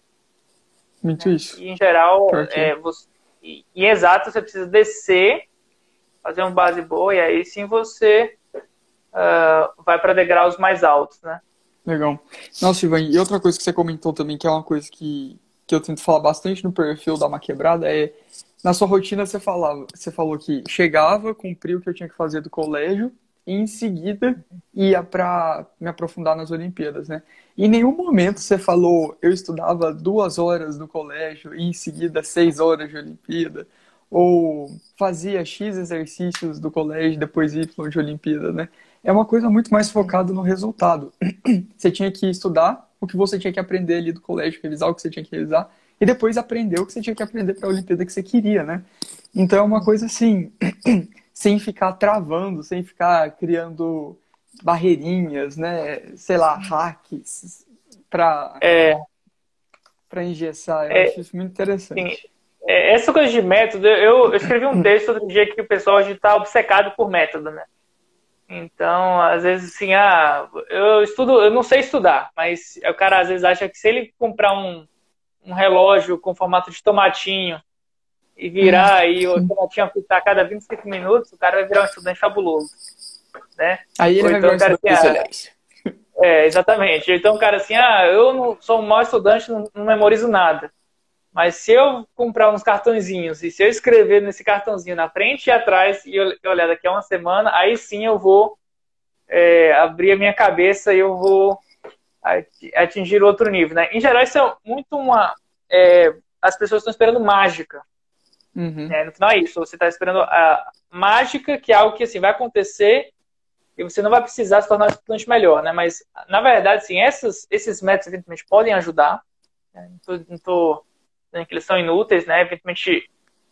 Muito né? isso. E, em geral, Pior que é. é, você, e, em exato, você precisa descer, fazer uma base boa, e aí sim você uh, vai para degraus mais altos, né? Legal. Nossa, Ivan, e outra coisa que você comentou também, que é uma coisa que, que eu tento falar bastante no perfil da Uma Quebrada, é na sua rotina você falava, você falou que chegava, cumpria o que eu tinha que fazer do colégio e em seguida ia para me aprofundar nas Olimpíadas, né? E em nenhum momento você falou eu estudava duas horas no colégio e em seguida seis horas de Olimpíada, ou fazia X exercícios do colégio depois Y de Olimpíada, né? É uma coisa muito mais focada no resultado. Você tinha que estudar o que você tinha que aprender ali do colégio, revisar o que você tinha que revisar, e depois aprender o que você tinha que aprender para a Olimpíada que você queria, né? Então é uma coisa assim, sem ficar travando, sem ficar criando barreirinhas, né? Sei lá, hacks para É, para engessar. Eu é, acho isso muito assim, interessante. é, essa coisa de método, eu, eu escrevi um texto outro dia que o pessoal hoje está obcecado por método, né? Então, às vezes, assim, ah, eu estudo, eu não sei estudar, mas o cara às vezes acha que se ele comprar um, um relógio com formato de tomatinho e Hum, virar aí o sim. tomatinho apitar a cada vinte e cinco minutos, o cara vai virar um estudante fabuloso, né? Aí ele Ou vai então virar um o cara estudante assim, de ah, excelência. é, exatamente. Então o cara assim, ah, eu não sou um mau estudante, não, não memorizo nada. Mas se eu comprar uns cartõezinhos e se eu escrever nesse cartãozinho na frente e atrás e eu olhar daqui a uma semana, aí sim eu vou é, abrir a minha cabeça e eu vou atingir outro nível, né? Em geral, isso é muito uma... É, as pessoas estão esperando mágica, Uhum. né? No final é isso, você está esperando a mágica, que é algo que assim, vai acontecer e você não vai precisar se tornar um estudante melhor, né? Mas, na verdade, assim, essas, esses métodos, evidentemente, podem ajudar, né? Não estou dizendo que eles são inúteis, né? Evidentemente,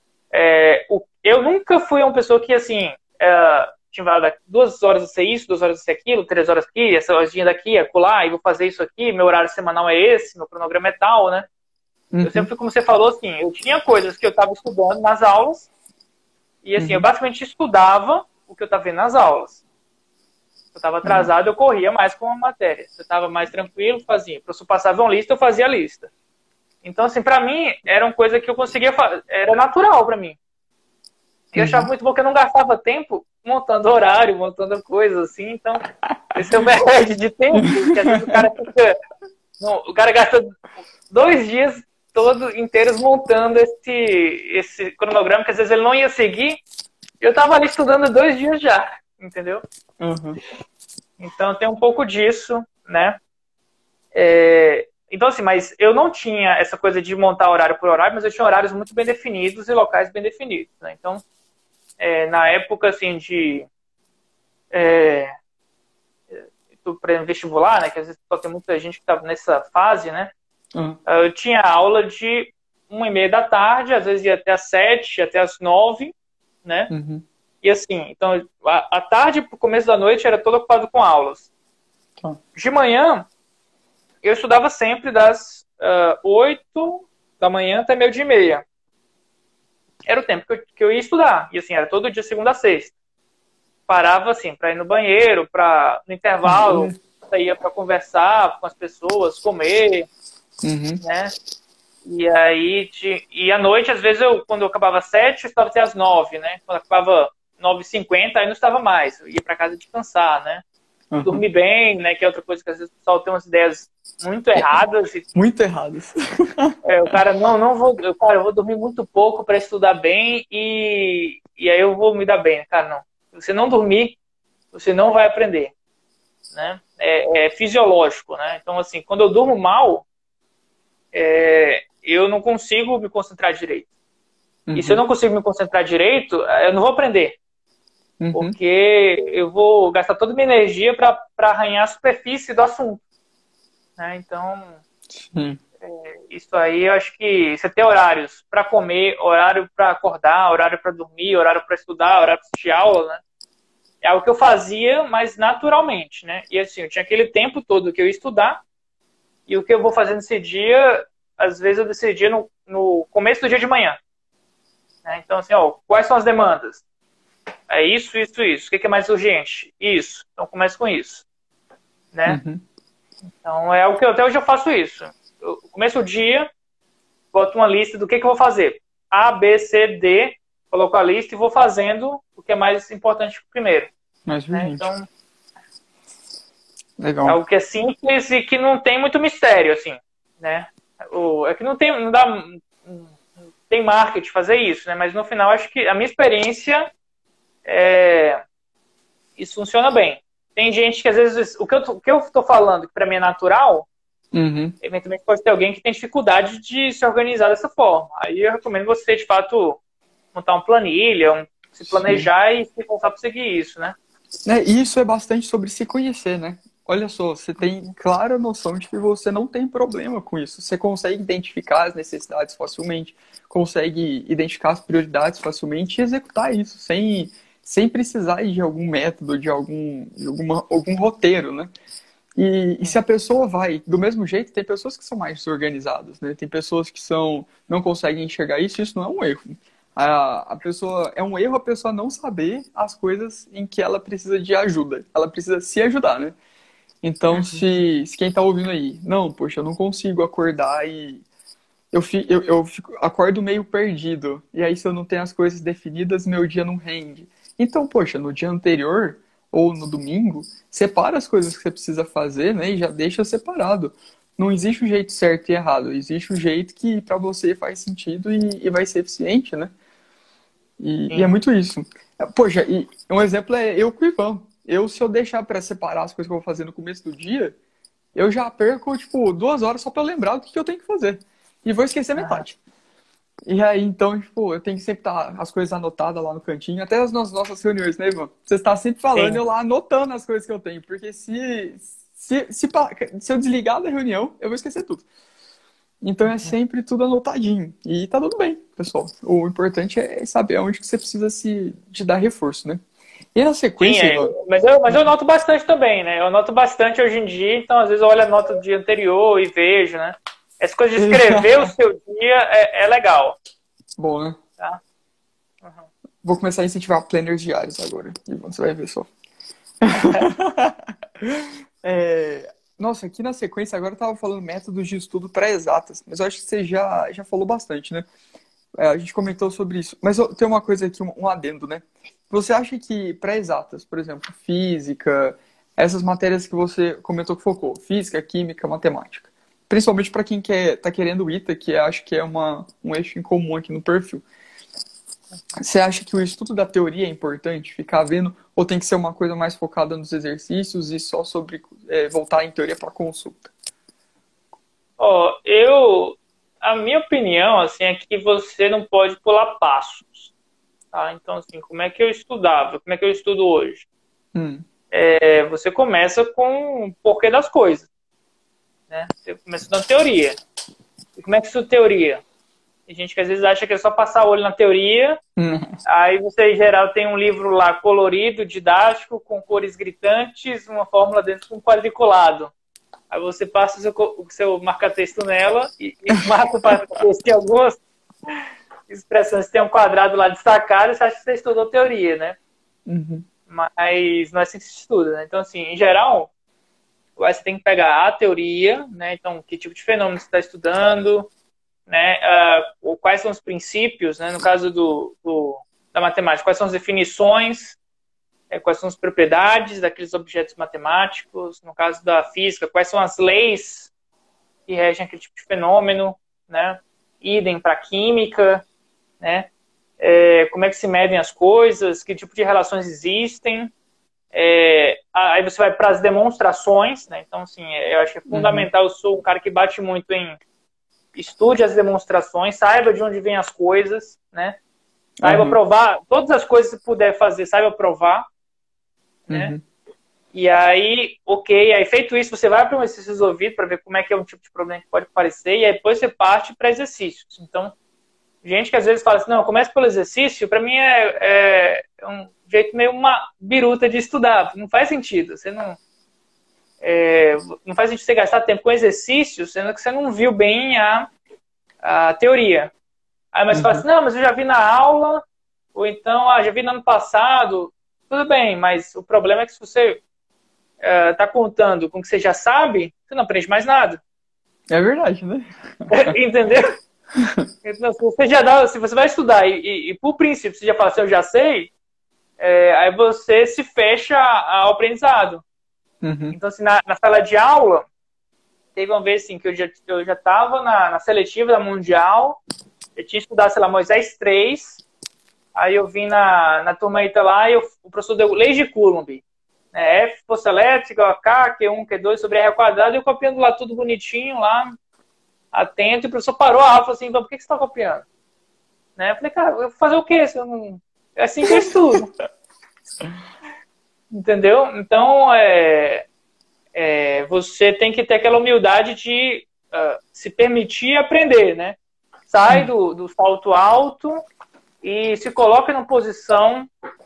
é, o, eu nunca fui uma pessoa que, assim, é, tinha duas horas eu sei isso, duas horas eu sei aquilo, três horas aqui, essa horinha daqui, acolá, e vou fazer isso aqui, meu horário semanal é esse, meu cronograma é tal, né? Eu sempre Uhum. fui, como você falou, assim, eu tinha coisas que eu estava estudando nas aulas, e, assim, eu Uhum. basicamente estudava o que eu estava vendo nas aulas. Se eu estava Legal. atrasado, eu corria mais com a matéria. Se eu estava mais tranquilo, fazia. O professor passava uma lista, eu fazia a lista. Então, assim, para mim, era uma coisa que eu conseguia fazer, era natural para mim. E eu achava Uhum. muito bom que eu não gastava tempo montando horário, montando coisas assim. Então, esse é o médio de tempo, que às vezes o cara fica. Não, o cara gasta dois dias todo inteiros montando esse, esse cronograma, que às vezes ele não ia seguir. Eu estava ali estudando dois dias já, entendeu? Uhum. Então tem um pouco disso, né? É, então, assim, mas eu não tinha essa coisa de montar horário por horário, mas eu tinha horários muito bem definidos e locais bem definidos, né? Então, é, na época, assim, de... É, por exemplo, vestibular, né? Que às vezes só tem muita gente que está nessa fase, né? Uhum. Eu tinha aula de uma e meia da tarde, às vezes ia até às sete, até às nove, né? Uhum. E assim, então, a, a tarde pro começo da noite era todo ocupado com aulas. Tá. De manhã, eu estudava sempre das uh, oito da manhã até meio dia e meia. Era o tempo que eu, que eu ia estudar. E assim, era todo dia, segunda a sexta. Parava assim, para ir no banheiro, para no intervalo, Uhum. saía para conversar com as pessoas, comer, Uhum. né? E aí, de, e à noite, às vezes, eu, quando eu acabava às sete, eu estava até às nove, né? Quando eu acabava nove e cinquenta, aí não estava mais. Eu ia para casa descansar, né? Uhum. Dormir bem, né? Que é outra coisa que às vezes o pessoal tem umas ideias muito erradas. E, Muito errados. é, o cara, não, não vou, eu, cara, eu vou dormir muito pouco para estudar bem e, e aí eu vou me dar bem. Cara, não. Se você não dormir, você não vai aprender, né? É, é fisiológico, né? Então, assim, quando eu durmo mal, é, eu não consigo me concentrar direito. Uhum. E se eu não consigo me concentrar direito, eu não vou aprender. Uhum. Porque eu vou gastar toda a minha energia para arranhar a superfície do assunto, né? Então, Sim. é, isso aí, eu acho que você ter horários para comer, horário para acordar, horário para dormir, horário para estudar, horário para assistir aula, né? É algo que eu fazia, mas naturalmente, né? E assim, eu tinha aquele tempo todo que eu ia estudar, e o que eu vou fazer nesse dia, às vezes eu decidia no, no começo do dia de manhã, né? Então, assim, ó, quais são as demandas? É isso, isso, isso. O que é mais urgente? Isso. Então, comece com isso, né? Uhum. Então, é algo que eu, até hoje eu faço isso. Eu começo o dia, boto uma lista do que, que eu vou fazer. A, B, C, D, coloco a lista e vou fazendo o que é mais importante primeiro. Mais Né? urgente. Então, Legal. é algo que é simples e que não tem muito mistério, assim, né? O, é que não tem, não dá, não tem marketing fazer isso, né? Mas no final, acho que a minha experiência, é, isso funciona bem. Tem gente que às vezes, o que eu, o que eu tô falando, que para mim é natural, Uhum. eventualmente pode ter alguém que tem dificuldade de se organizar dessa forma. Aí eu recomendo você, de fato, montar uma planilha, um, se planejar Sim. e se voltar para seguir isso, né? É, isso é bastante sobre se conhecer, né? Olha só, você tem clara noção de que você não tem problema com isso. Você consegue identificar as necessidades facilmente, consegue identificar as prioridades facilmente e executar isso sem, sem precisar de algum método, de algum, de alguma, algum roteiro, né? E, e se a pessoa vai do mesmo jeito, tem pessoas que são mais desorganizadas, né? Tem pessoas que são, não conseguem enxergar isso, isso não é um erro. A, a pessoa, é um erro a pessoa não saber as coisas em que ela precisa de ajuda. Ela precisa se ajudar, né? Então, uhum. se, se quem tá ouvindo aí, não, poxa, eu não consigo acordar e eu, fi, eu, eu fico, acordo meio perdido. E aí, se eu não tenho as coisas definidas, meu dia não rende. Então, poxa, no dia anterior ou no domingo, separa as coisas que você precisa fazer, né? E já deixa separado. Não existe o jeito certo e errado. Existe o jeito que para você faz sentido e, e vai ser eficiente, né? E, e é muito isso. Poxa, e um exemplo é eu com o Ivan. Eu, se eu deixar para separar as coisas que eu vou fazer no começo do dia, eu já perco, tipo, duas horas só para lembrar do que eu tenho que fazer. E vou esquecer metade. E aí, então, tipo, eu tenho que sempre estar as coisas anotadas lá no cantinho, até as nossas reuniões, né, Ivan? Você está sempre falando, Sim. eu lá anotando as coisas que eu tenho, porque se, se, se, se eu desligar da reunião, eu vou esquecer tudo. Então é sempre tudo anotadinho. E tá tudo bem, pessoal. O importante é saber onde que você precisa se de dar reforço, né? E na sequência... Sim, é. mas, eu, mas eu noto bastante também, né? Eu noto bastante hoje em dia, então às vezes eu olho a nota do dia anterior e vejo, né? Essa coisa de escrever o seu dia é, é legal. Bom, né? Tá? Uhum. Vou começar a incentivar planners diários agora. E você vai ver só. é... Nossa, aqui na sequência agora eu tava falando métodos de estudo para exatas, mas eu acho que você já, já falou bastante, né? É, a gente comentou sobre isso. Mas tem uma coisa aqui, um, um adendo, né? Você acha que para exatas, por exemplo, física, essas matérias que você comentou que focou, física, química, matemática, principalmente para quem quer, tá querendo o ITA, que acho que é uma, um eixo em comum aqui no perfil. Você acha que o estudo da teoria é importante, ficar vendo, ou tem que ser uma coisa mais focada nos exercícios e só sobre é, voltar em teoria para consulta? Ó, eu, a minha opinião, assim, é que você não pode pular passos, tá? Então, assim, como é que eu estudava? Como é que eu estudo hoje? Hum. É, você começa com o porquê das coisas, né? Você começa estudando teoria. E como é que estuda teoria? Tem gente que às vezes acha que é só passar o olho na teoria, Hum. aí você, em geral, tem um livro lá colorido, didático, com cores gritantes, uma fórmula dentro com quadriculado. Aí você passa o seu, o seu marca-texto nela e, e marca para ter algumas expressões que tem um quadrado lá destacado e você acha que você estudou teoria, né? Uhum. Mas não é assim que se estuda, né? Então, assim, em geral, você tem que pegar a teoria, né? Então, que tipo de fenômeno você está estudando, né? Uh, quais são os princípios, né? No caso do, do, da matemática, quais são as definições, é, quais são as propriedades daqueles objetos matemáticos, no caso da física, quais são as leis que regem aquele tipo de fenômeno, né? Idem para a química, né? É, como é que se medem as coisas, que tipo de relações existem. É, aí você vai para as demonstrações, né? Então, assim, eu acho que é fundamental. Eu sou um cara que bate muito em estude as demonstrações, saiba de onde vêm as coisas, né? Saiba Uhum. provar todas as coisas que puder fazer, saiba provar, né? Uhum. E aí, ok, aí feito isso, você vai para um exercício resolvido para ver como é que é um tipo de problema que pode aparecer, e aí depois você parte para exercícios. Então, gente que às vezes fala assim, não, começa pelo exercício, para mim é, é, é um jeito meio uma biruta de estudar, não faz sentido, você não... É, não faz sentido você gastar tempo com exercício, sendo que você não viu bem a, a teoria. Aí mas você fala assim, não, mas eu já vi na aula, ou então, ah, já vi no ano passado, tudo bem, mas o problema é que se você está uh, contando com o que você já sabe, você não aprende mais nada. É verdade, né? Entendeu? Então, se você já dá, se você vai estudar e, e, e por princípio você já fala assim, eu já sei, é, aí você se fecha ao aprendizado. Uhum. Então, assim, na, na sala de aula, teve uma vez assim, que eu já eu já estava na, na seletiva da Mundial, eu tinha estudado, sei lá, Moisés três, aí eu vim na, na turma aí, tá lá, e eu, o professor deu leis de Coulomb, né, F, força elétrica, K, Q um, Q dois, sobre R ao quadrado, e eu copiando lá tudo bonitinho, lá, atento, e o professor parou a aula e falou assim, então, por que, que você está copiando? Né, eu falei, cara, eu vou fazer o quê? Se eu não... É assim que eu estudo. Entendeu? Então, é, é, você tem que ter aquela humildade de uh, se permitir aprender, né? Sai do, do salto alto e se coloca numa posição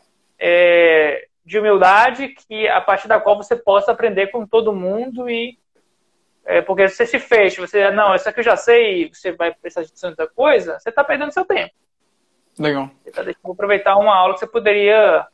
é, de humildade que, a partir da qual você possa aprender com todo mundo e é, porque você se fecha, você, não, isso aqui eu já sei, você vai prestar atenção em outra coisa, você está perdendo seu tempo. Legal. Você está deixando de aproveitar uma aula que você poderia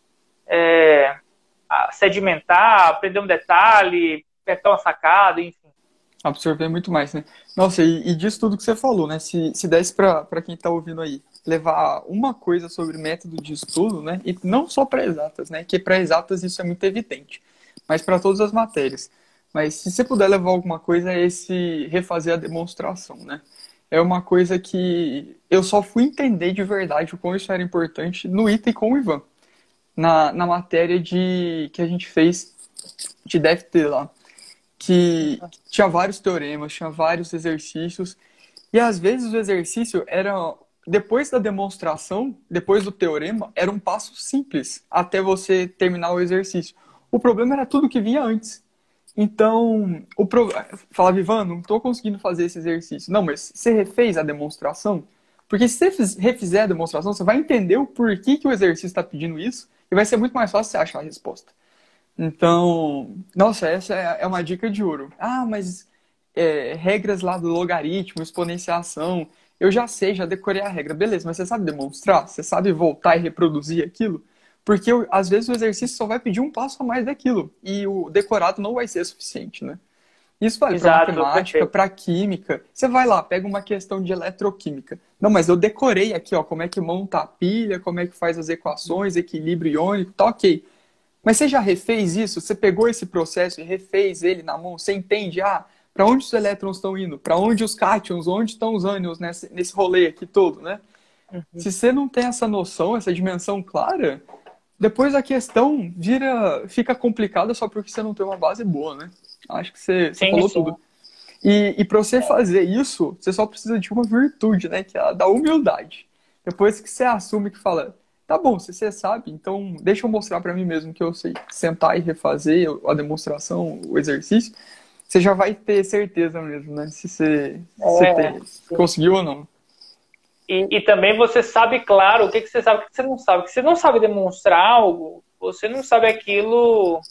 é, sedimentar, aprender um detalhe, apertar uma sacada, enfim. Absorver muito mais, né? Nossa, e, e disso tudo que você falou, né? Se, se desse para quem está ouvindo aí, levar uma coisa sobre método de estudo, né? E não só para exatas, né? Que para exatas isso é muito evidente, mas para todas as matérias. Mas se você puder levar alguma coisa, é esse refazer a demonstração, né? É uma coisa que eu só fui entender de verdade o quão isso era importante no item com o Ivan. Na, na matéria de, que a gente fez de D F T lá. Que tinha vários teoremas, tinha vários exercícios. E às vezes o exercício era, depois da demonstração, depois do teorema, era um passo simples até você terminar o exercício. O problema era tudo que vinha antes. Então, o pro... falava, Ivan, não estou conseguindo fazer esse exercício. Não, mas você refez a demonstração? Porque se você refizer a demonstração, você vai entender o porquê que o exercício está pedindo isso e vai ser muito mais fácil você achar a resposta. Então, nossa, essa é uma dica de ouro. Ah, mas é, regras lá do logaritmo, exponenciação, eu já sei, já decorei a regra. Beleza, mas você sabe demonstrar? Você sabe voltar e reproduzir aquilo? Porque às vezes o exercício só vai pedir um passo a mais daquilo e o decorado não vai ser suficiente, né? Isso vale para matemática, para química. Você vai lá, pega uma questão de eletroquímica. Não, mas eu decorei aqui, ó, como é que monta a pilha, como é que faz as equações, equilíbrio iônico, tá ok. Mas você já refez isso? Você pegou esse processo e refez ele na mão? Você entende? Ah, para onde os elétrons estão indo, para onde os cátions, onde estão os ânions nesse, nesse rolê aqui todo, né? Uhum. Se você não tem essa noção, essa dimensão clara, depois a questão vira, fica complicada só porque você não tem uma base boa, né? Acho que você, você sim, falou sim. tudo. E, e para você fazer isso, você só precisa de uma virtude, né? Que é a da humildade. Depois que você assume que fala, tá bom, se você sabe, então deixa eu mostrar para mim mesmo que eu sei sentar e refazer a demonstração, o exercício, você já vai ter certeza mesmo, né? Se você, é, você tem, conseguiu ou não. E, e também você sabe, claro, o que, que você sabe e o que você não sabe. Porque você não sabe demonstrar algo, você não sabe aquilo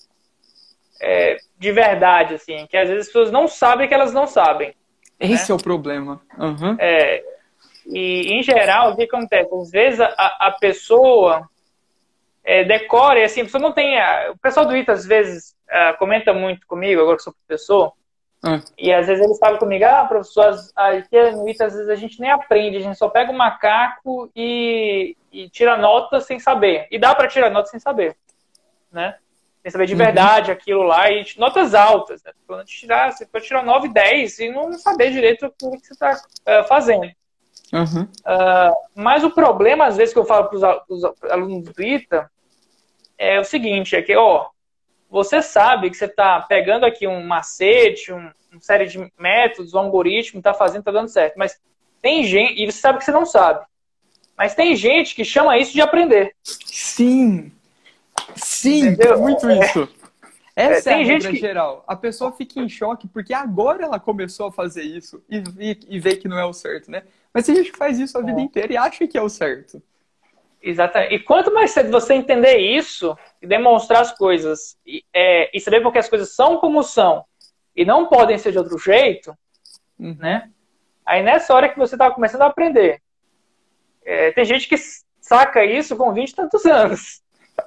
é, de verdade, assim. Que às vezes as pessoas não sabem que elas não sabem. Esse né? é o problema. Uhum. É, e, em geral, o que acontece? Às vezes a, a pessoa é, decora, e assim, a pessoa não tem... A, o pessoal do I T A, às vezes, uh, comenta muito comigo, agora que sou professor, uhum. E às vezes eles falam comigo, ah, professor, aqui no I T A, às vezes a gente nem aprende, a gente só pega o macaco e, e tira nota sem saber. E dá para tirar nota sem saber, né? Sem saber de verdade uhum. aquilo lá, e notas altas, né? Quando tirar, você pode tirar nove, dez e não saber direito o que você está uh, fazendo. Uhum. Uh, mas o problema, às vezes, que eu falo para os alunos do I T A é o seguinte, é que, ó, você sabe que você está pegando aqui um macete, um, uma série de métodos, um algoritmo, está fazendo, está dando certo. Mas tem gente, e você sabe que você não sabe. Mas tem gente que chama isso de aprender. Sim. Sim, Entendeu? muito isso. Essa é, é a regra que... geral. A pessoa fica em choque porque agora ela começou a fazer isso e, e, e vê que não é o certo, né? Mas tem gente que faz isso a vida é. inteira e acha que é o certo. Exatamente. E quanto mais cedo você entender isso e demonstrar as coisas e, é, e saber porque as coisas são como são e não podem ser de outro jeito, uhum. né? Aí nessa hora que você está começando a aprender. É, tem gente que saca isso com vinte e tantos anos.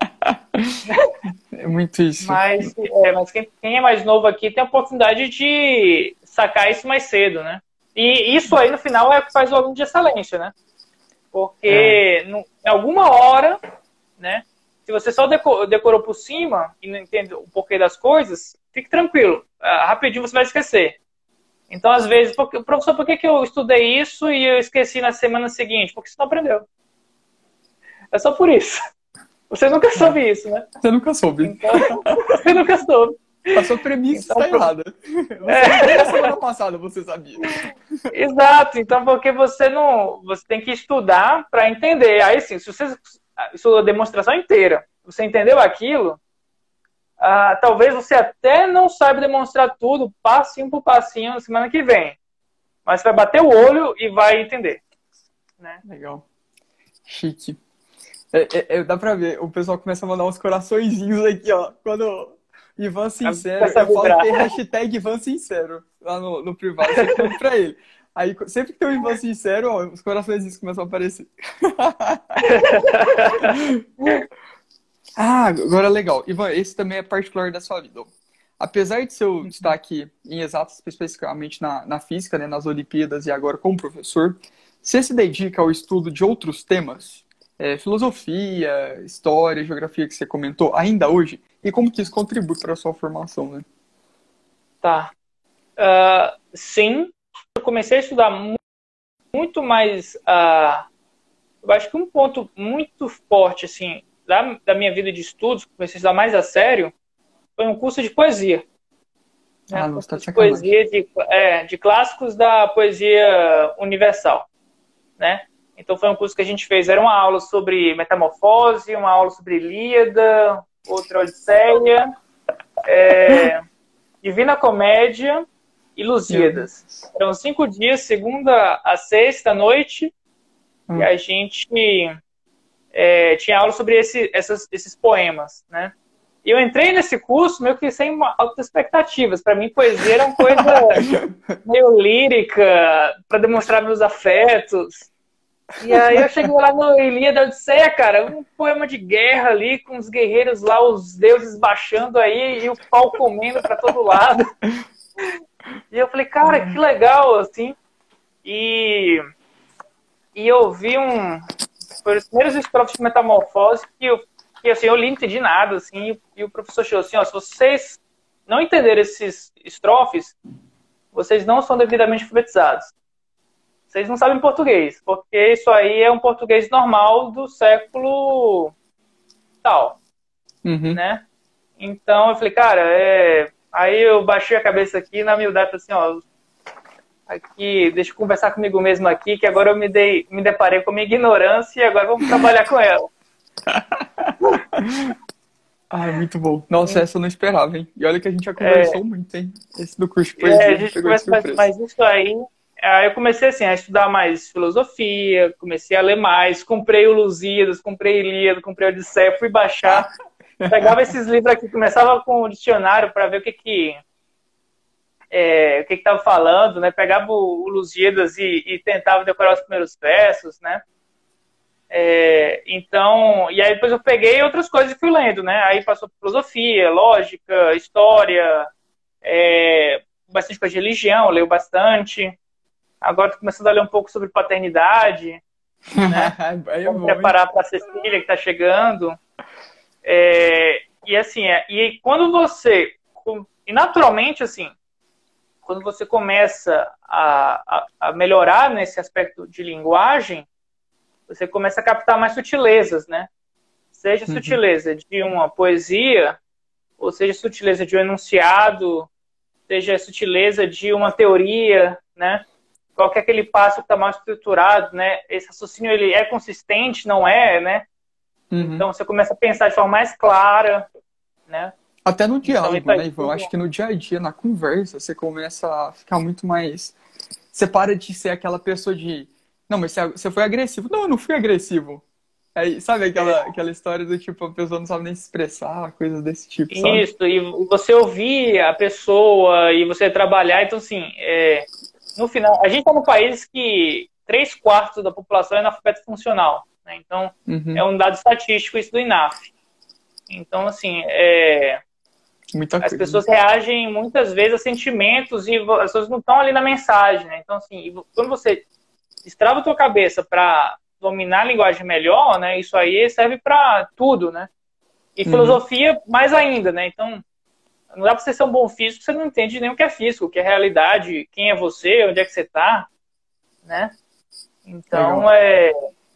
É muito isso. Mas, é, mas quem, quem é mais novo aqui tem a oportunidade de sacar isso mais cedo, né? E isso aí no final é o que faz o aluno de excelência, né? Porque é. no, em alguma hora, né, se você só decorou, decorou por cima e não entende o porquê das coisas, fique tranquilo. Uh, rapidinho você vai esquecer. Então, às vezes, porque, professor, por que, que eu estudei isso e eu esqueci na semana seguinte? Porque você não aprendeu. É só por isso. Você nunca soube é. isso, né? Você nunca soube. Então, você nunca soube. A sua premissa então, está errada. Você, é. semana passada você sabia. Exato. Então, porque você não... Você tem que estudar para entender. Aí, sim, se você... Sua demonstração inteira, você entendeu aquilo, ah, talvez você até não saiba demonstrar tudo, passinho por passinho, na semana que vem. Mas você vai bater o olho e vai entender. Né? Legal. Chique. É, é, é, dá pra ver, o pessoal começa a mandar uns coraçõezinhos aqui, ó. Quando... Ivan Sincero, eu falo que tem hashtag Ivan Sincero lá no, no privado, sempre mando pra ele. Aí, sempre que tem um Ivan Sincero, ó, os corações começam a aparecer. Ah, agora legal. Ivan, esse também é particular da sua vida. Apesar de seu destaque em exatas, especificamente na, na física, né, nas Olimpíadas e agora como professor, você se dedica ao estudo de outros temas? É, filosofia, história, geografia que você comentou ainda hoje? E como que isso contribui para a sua formação, né? Tá. Uh, sim, eu comecei a estudar muito mais... Uh, eu acho que um ponto muito forte, assim, da, da minha vida de estudos, comecei a estudar mais a sério, foi um curso de poesia. Ah, né? não, tá de poesia, de, é, de clássicos da poesia universal, né? Então foi um curso que a gente fez, era uma aula sobre Metamorfose, uma aula sobre Ilíada, outra Odisseia, é, Divina Comédia e Lusíadas. Eram cinco dias, segunda a sexta noite, hum. e a gente é, tinha aula sobre esse, essas, esses poemas, né? E eu entrei nesse curso meio que sem altas expectativas. Para mim, poesia era uma coisa meio lírica, para demonstrar meus afetos. E aí eu cheguei lá no Ilíada, Odisseia, cara, um poema de guerra ali, com os guerreiros lá, os deuses baixando aí, e o pau comendo pra todo lado. E eu falei, cara, que legal, assim. E, e eu vi um... Foi os primeiros estrofes de Metamorfose que eu, que, assim, eu li, não entendi nada, assim, e o professor chegou assim, ó, se vocês não entenderem esses estrofes, vocês não são devidamente alfabetizados. Vocês não sabem português, porque isso aí é um português normal do século tal, Uhum. né? Então eu falei, cara, é... aí eu baixei a cabeça aqui na humildade, falei assim, ó, aqui, deixa eu conversar comigo mesmo aqui, que agora eu me, dei, me deparei com a minha ignorância e agora vamos trabalhar com ela. Ah, é muito bom. Nossa, essa eu não esperava, hein? E olha que a gente já É, conversou muito, hein? Esse do curso de é, a poesia me gente pegou de começa, mas, surpresa. mas isso aí, aí eu comecei assim, a estudar mais filosofia, comecei a ler mais, comprei o Lusíadas, comprei Ilíada, comprei a Odisseia, fui baixar, pegava esses livros aqui, começava com o dicionário para ver o que que é, o que estava falando, né? Pegava o, o Lusíadas e, e tentava decorar os primeiros versos, né? É, então, e aí depois eu peguei outras coisas e fui lendo, né? Aí passou por filosofia, lógica, história, é, bastante coisa de religião, leio bastante. Agora tô começando a ler um pouco sobre paternidade, né? Aí é Vamos bom, hein? preparar para a Cecília que está chegando. É, e assim, é, e quando você, e naturalmente assim, quando você começa a, a, a melhorar nesse aspecto de linguagem, você começa a captar mais sutilezas, né? Seja Uhum. sutileza de uma poesia, ou seja sutileza de um enunciado, seja sutileza de uma teoria, né? Qual que é aquele passo que está mal estruturado, né? Esse raciocínio ele é consistente, não é, né? Uhum. Então você começa a pensar de forma mais clara, né? Até no Então isso diálogo, aí né, Ivan? Eu acho tudo. que no dia a dia, na conversa, você começa a ficar muito mais. Você para de ser aquela pessoa de. Não, mas você você foi agressivo. Não, eu não fui agressivo. Aí, sabe aquela, aquela história do tipo, a pessoa não sabe nem se expressar, coisas desse tipo, sabe? Isso, e você ouvir a pessoa e você trabalhar. Então, assim, é, no final, a gente está num país que três quartos da população é analfabeto funcional, né? Então, é Uhum. um dado estatístico isso do INAF. Então, assim, é, Muita as coisa, né? pessoas reagem muitas vezes a sentimentos e as pessoas não estão ali na mensagem, né? Então, assim, quando você destrava a tua cabeça para dominar a linguagem melhor, né? Isso aí serve para tudo, né? E Uhum. filosofia mais ainda, né? Então, não dá para você ser um bom físico, você não entende nem o que é físico, o que é realidade, quem é você, onde é que você está, né? Legal. Então, é,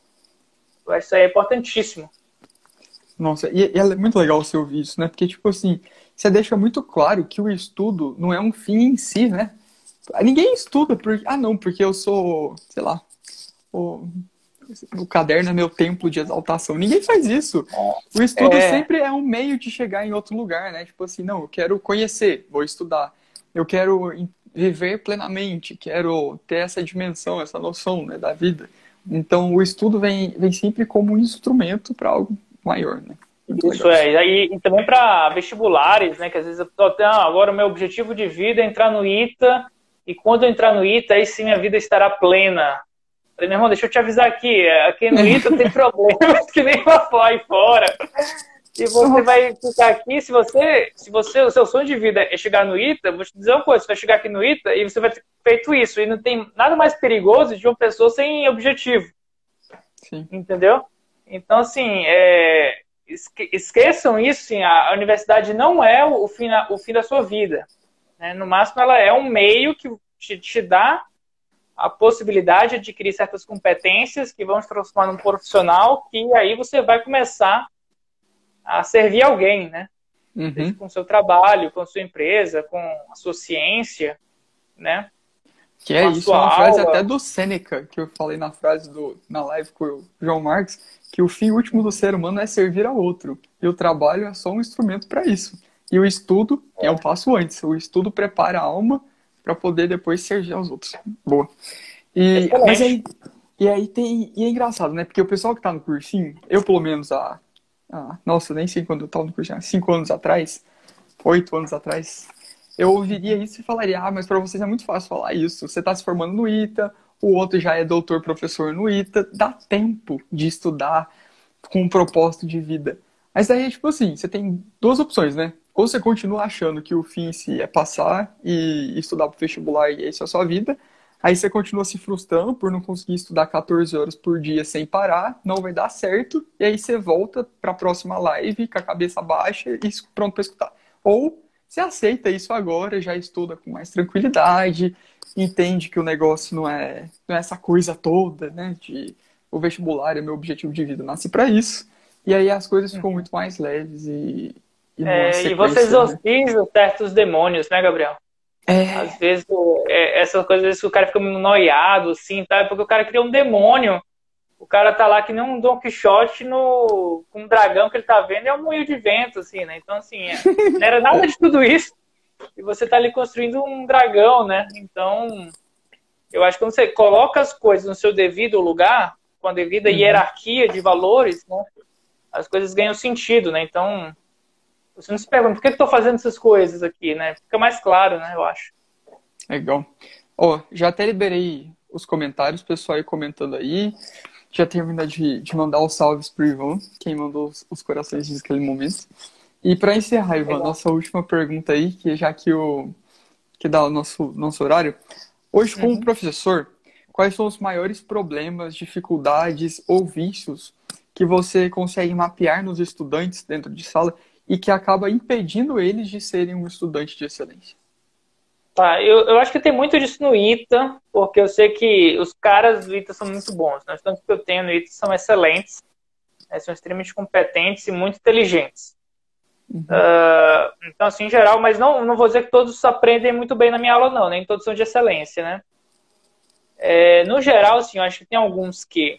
eu acho isso aí é importantíssimo. Nossa, e, e é muito legal você ouvir isso, né? Porque, tipo assim, você deixa muito claro que o estudo não é um fim em si, né? Ninguém estuda porque. Ah, não, porque eu sou, sei lá, o, o caderno é meu templo de exaltação. Ninguém faz isso. O estudo É, sempre é um meio de chegar em outro lugar, né? Tipo assim, não, eu quero conhecer, vou estudar. Eu quero em- viver plenamente, quero ter essa dimensão, essa noção, né, da vida. Então, o estudo vem, vem sempre como um instrumento para algo maior, né? Muito isso legal isso. é. E, aí, e também para vestibulares, né? Que às vezes a pessoa tem, ah, agora o meu objetivo de vida é entrar no ITA, e quando eu entrar no ITA, aí sim minha vida estará plena. Falei, meu irmão, deixa eu te avisar aqui, aqui no ITA tem problemas que nem lá fora. E você vai ficar aqui, se você, se você, o seu sonho de vida é chegar no ITA, vou te dizer uma coisa, você vai chegar aqui no ITA e você vai ter feito isso. E não tem nada mais perigoso de uma pessoa sem objetivo, Sim. entendeu? Então, assim, é, esque- esqueçam isso, sim, a, a universidade não é o fim, na- o fim da sua vida, né? No máximo, ela é um meio que te, te dá a possibilidade de adquirir certas competências que vão te transformar num profissional que aí você vai começar a servir alguém, né? Seja Uhum. com o seu trabalho, com a sua empresa, com a sua ciência, né? Que Com é a isso, é sua uma frase até aula. do Sêneca, que eu falei na frase do, na live com o João Marques, que o fim último do ser humano é servir ao outro. E o trabalho é só um instrumento para isso. E o estudo é um passo antes. O estudo prepara a alma para poder depois servir aos outros. Boa. E, mas Excelente. aí, e aí tem. E é engraçado, né? Porque o pessoal que tá no cursinho, eu pelo menos há. há nossa, nem sei quando eu tava no cursinho, há cinco anos atrás, oito anos atrás, eu ouviria isso e falaria: ah, mas para vocês é muito fácil falar isso. Você está se formando no ITA, o outro já é doutor professor no ITA, dá tempo de estudar com um propósito de vida. Mas daí, tipo assim, você tem duas opções, né? Ou você continua achando que o fim em si é passar e estudar pro vestibular e isso é a sua vida. Aí você continua se frustrando por não conseguir estudar quatorze horas por dia sem parar, não vai dar certo, e aí você volta para a próxima live com a cabeça baixa e pronto para escutar. Ou você aceita isso agora, já estuda com mais tranquilidade, entende que o negócio não é, não é essa coisa toda, né? De o vestibular é meu objetivo de vida, nasci para isso. E aí as coisas ficam Uhum. muito mais leves e, e numa É, e você sequência, né? exorciza certos demônios, né, Gabriel? Às É, vezes, é, essa coisa, às vezes o cara fica meio noiado, assim, tá? É porque o cara cria um demônio. O cara tá lá que nem um Don Quixote no, com um dragão que ele tá vendo, é um moinho de vento, assim, né? Então, assim, é, não era nada de tudo isso. E você tá ali construindo um dragão, né? Então, eu acho que quando você coloca as coisas no seu devido lugar, com a devida uhum, hierarquia de valores, né? As coisas ganham sentido, né? Então, você não se pergunta, por que eu tô fazendo essas coisas aqui, né? Fica mais claro, né? Eu acho. legal. Ó, já até liberei os comentários, o pessoal aí comentando aí. Já termina de, de mandar os salves pro Ivan, quem mandou os, os corações naquele momento. E para encerrar, Ivan, Legal. nossa última pergunta aí, que já que o que dá o nosso, nosso horário. Hoje, como Uhum. professor, quais são os maiores problemas, dificuldades ou vícios que você consegue mapear nos estudantes dentro de sala e que acaba impedindo eles de serem um estudante de excelência? Tá, eu, eu acho que tem muito disso no ITA, porque eu sei que os caras do ITA são muito bons, né? Os estudantes que eu tenho no ITA são excelentes, né? São extremamente competentes e muito inteligentes. Uhum. Uh, então, assim, em geral, mas não, não vou dizer que todos aprendem muito bem na minha aula, não, nem todos são de excelência, né? É, no geral, assim, eu acho que tem alguns que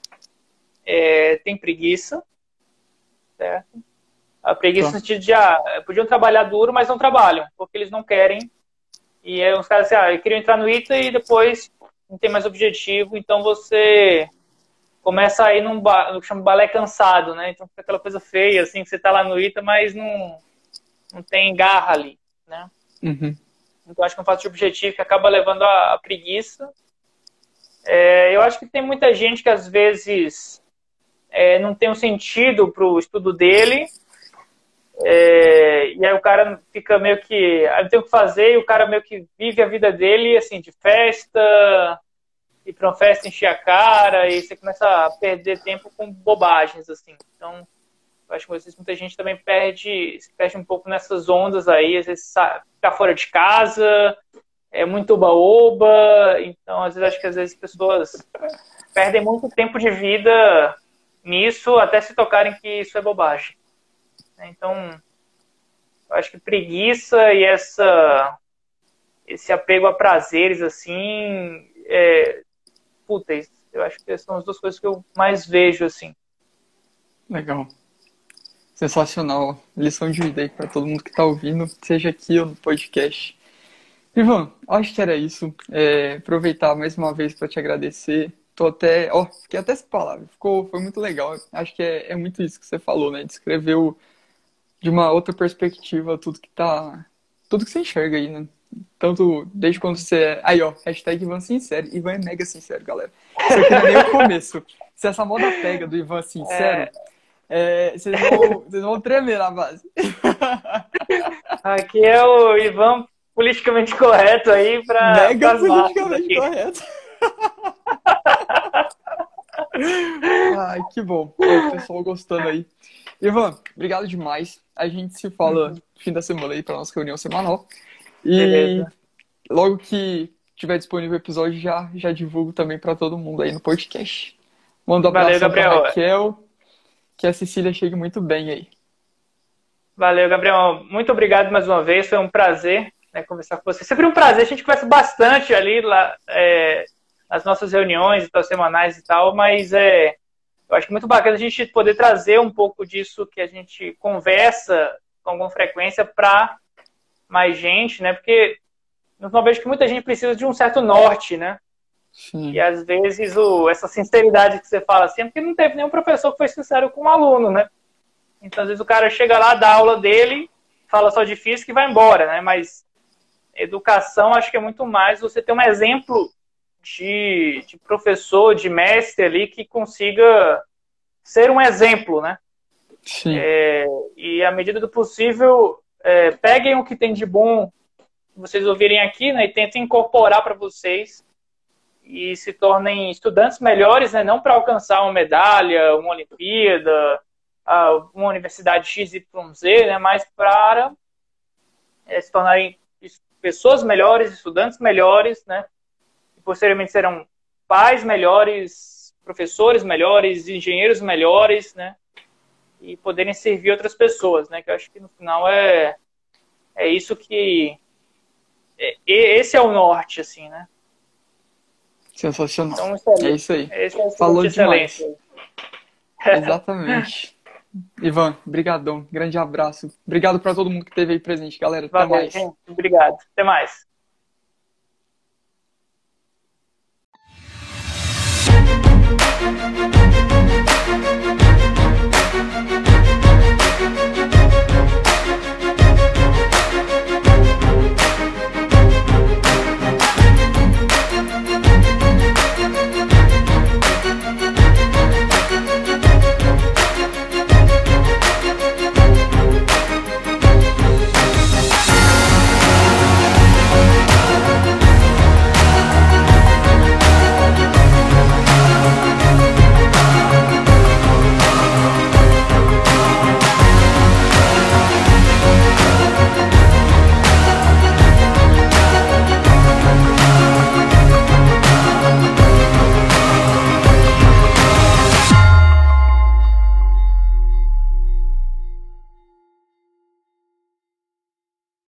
é, têm preguiça, certo? A preguiça Tá. no sentido de, ah, podiam trabalhar duro, mas não trabalham, porque eles não querem. E aí os caras assim, ah, eu queria entrar no ITA e depois não tem mais objetivo, então você começa a ir num ba no que chama balé cansado, né? Então fica aquela coisa feia, assim, que você tá lá no ITA, mas não, não tem garra ali, né? Uhum. Então acho que é um fato de objetivo que acaba levando a, a preguiça. É, eu acho que tem muita gente que às vezes é, não tem um sentido pro estudo dele, é, e aí o cara fica meio que, ah, eu tenho que fazer, e o cara meio que vive a vida dele, assim, de festa, ir pra uma festa, encher a cara, e você começa a perder tempo com bobagens, assim. Então, eu acho que às vezes muita gente também perde, se perde um pouco nessas ondas aí, às vezes fica fora de casa, é muito oba-oba, então às vezes acho que às vezes as pessoas perdem muito tempo de vida nisso, até se tocarem que isso é bobagem. Então, eu acho que preguiça e essa, esse apego a prazeres, assim, é, puta, eu acho que são as duas coisas que eu mais vejo, assim. Legal. Sensacional. Lição de vida aí para todo mundo que está ouvindo, seja aqui ou no podcast. Ivan, acho que era isso. É, aproveitar mais uma vez para te agradecer. Tô até, ó, fiquei até sem palavras. Ficou, foi muito legal. Acho que é, é muito isso que você falou, né? Descreveu de uma outra perspectiva tudo que tá, tudo que você enxerga aí, né? Tanto desde quando você é, aí ó, hashtag Ivan Sincero. Ivan é mega sincero, galera. Isso aqui não é nem o começo. Se essa moda pega do Ivan Sincero, É, é, vocês vão, vocês vão tremer na base. aqui é o Ivan politicamente correto aí para Mega as massas politicamente aqui. correto. Ai, que bom. O pessoal gostando aí. Ivan, obrigado demais. A gente se fala Uhum, no fim da semana aí para nossa reunião semanal. E beleza. logo que tiver disponível o episódio, já, já divulgo também para todo mundo aí no podcast. Mando um Valeu, abração para Gabriel. Raquel, que a Cecília chegue muito bem aí. Valeu, Gabriel. Muito obrigado mais uma vez. Foi um prazer, né, conversar com você. Sempre um prazer. A gente conversa bastante ali lá, é, nas nossas reuniões e tal, semanais e tal, mas é, eu acho que é muito bacana a gente poder trazer um pouco disso que a gente conversa com alguma frequência para mais gente, né? Porque eu vejo que muita gente precisa de um certo norte, né? E Sim, às vezes o, essa sinceridade que você fala assim, é porque não teve nenhum professor que foi sincero com o aluno, né? Então, às vezes o cara chega lá, dá aula dele, fala só de física e vai embora, né? Mas educação, acho que é muito mais você ter um exemplo de, de professor, de mestre ali que consiga ser um exemplo, né? sim, É, e à medida do possível, é, peguem o que tem de bom que vocês ouvirem aqui, né? E tentem incorporar para vocês e se tornem estudantes melhores, né? Não para alcançar uma medalha, uma Olimpíada, uma universidade X Y Z, né? Mas para é, se tornarem pessoas melhores, estudantes melhores, né? E posteriormente serão pais melhores, professores melhores, engenheiros melhores, né? E poderem servir outras pessoas, né? Que eu acho que no final é, é isso que... É, esse é o norte, assim, né? Sensacional. Então, é isso aí. Esse é o Falou de demais. excelência. Exatamente. Ivan, brigadão. Grande abraço. Obrigado para todo mundo que esteve aí presente, galera. Até Valeu, mais. gente. Obrigado. Até mais. Thank you.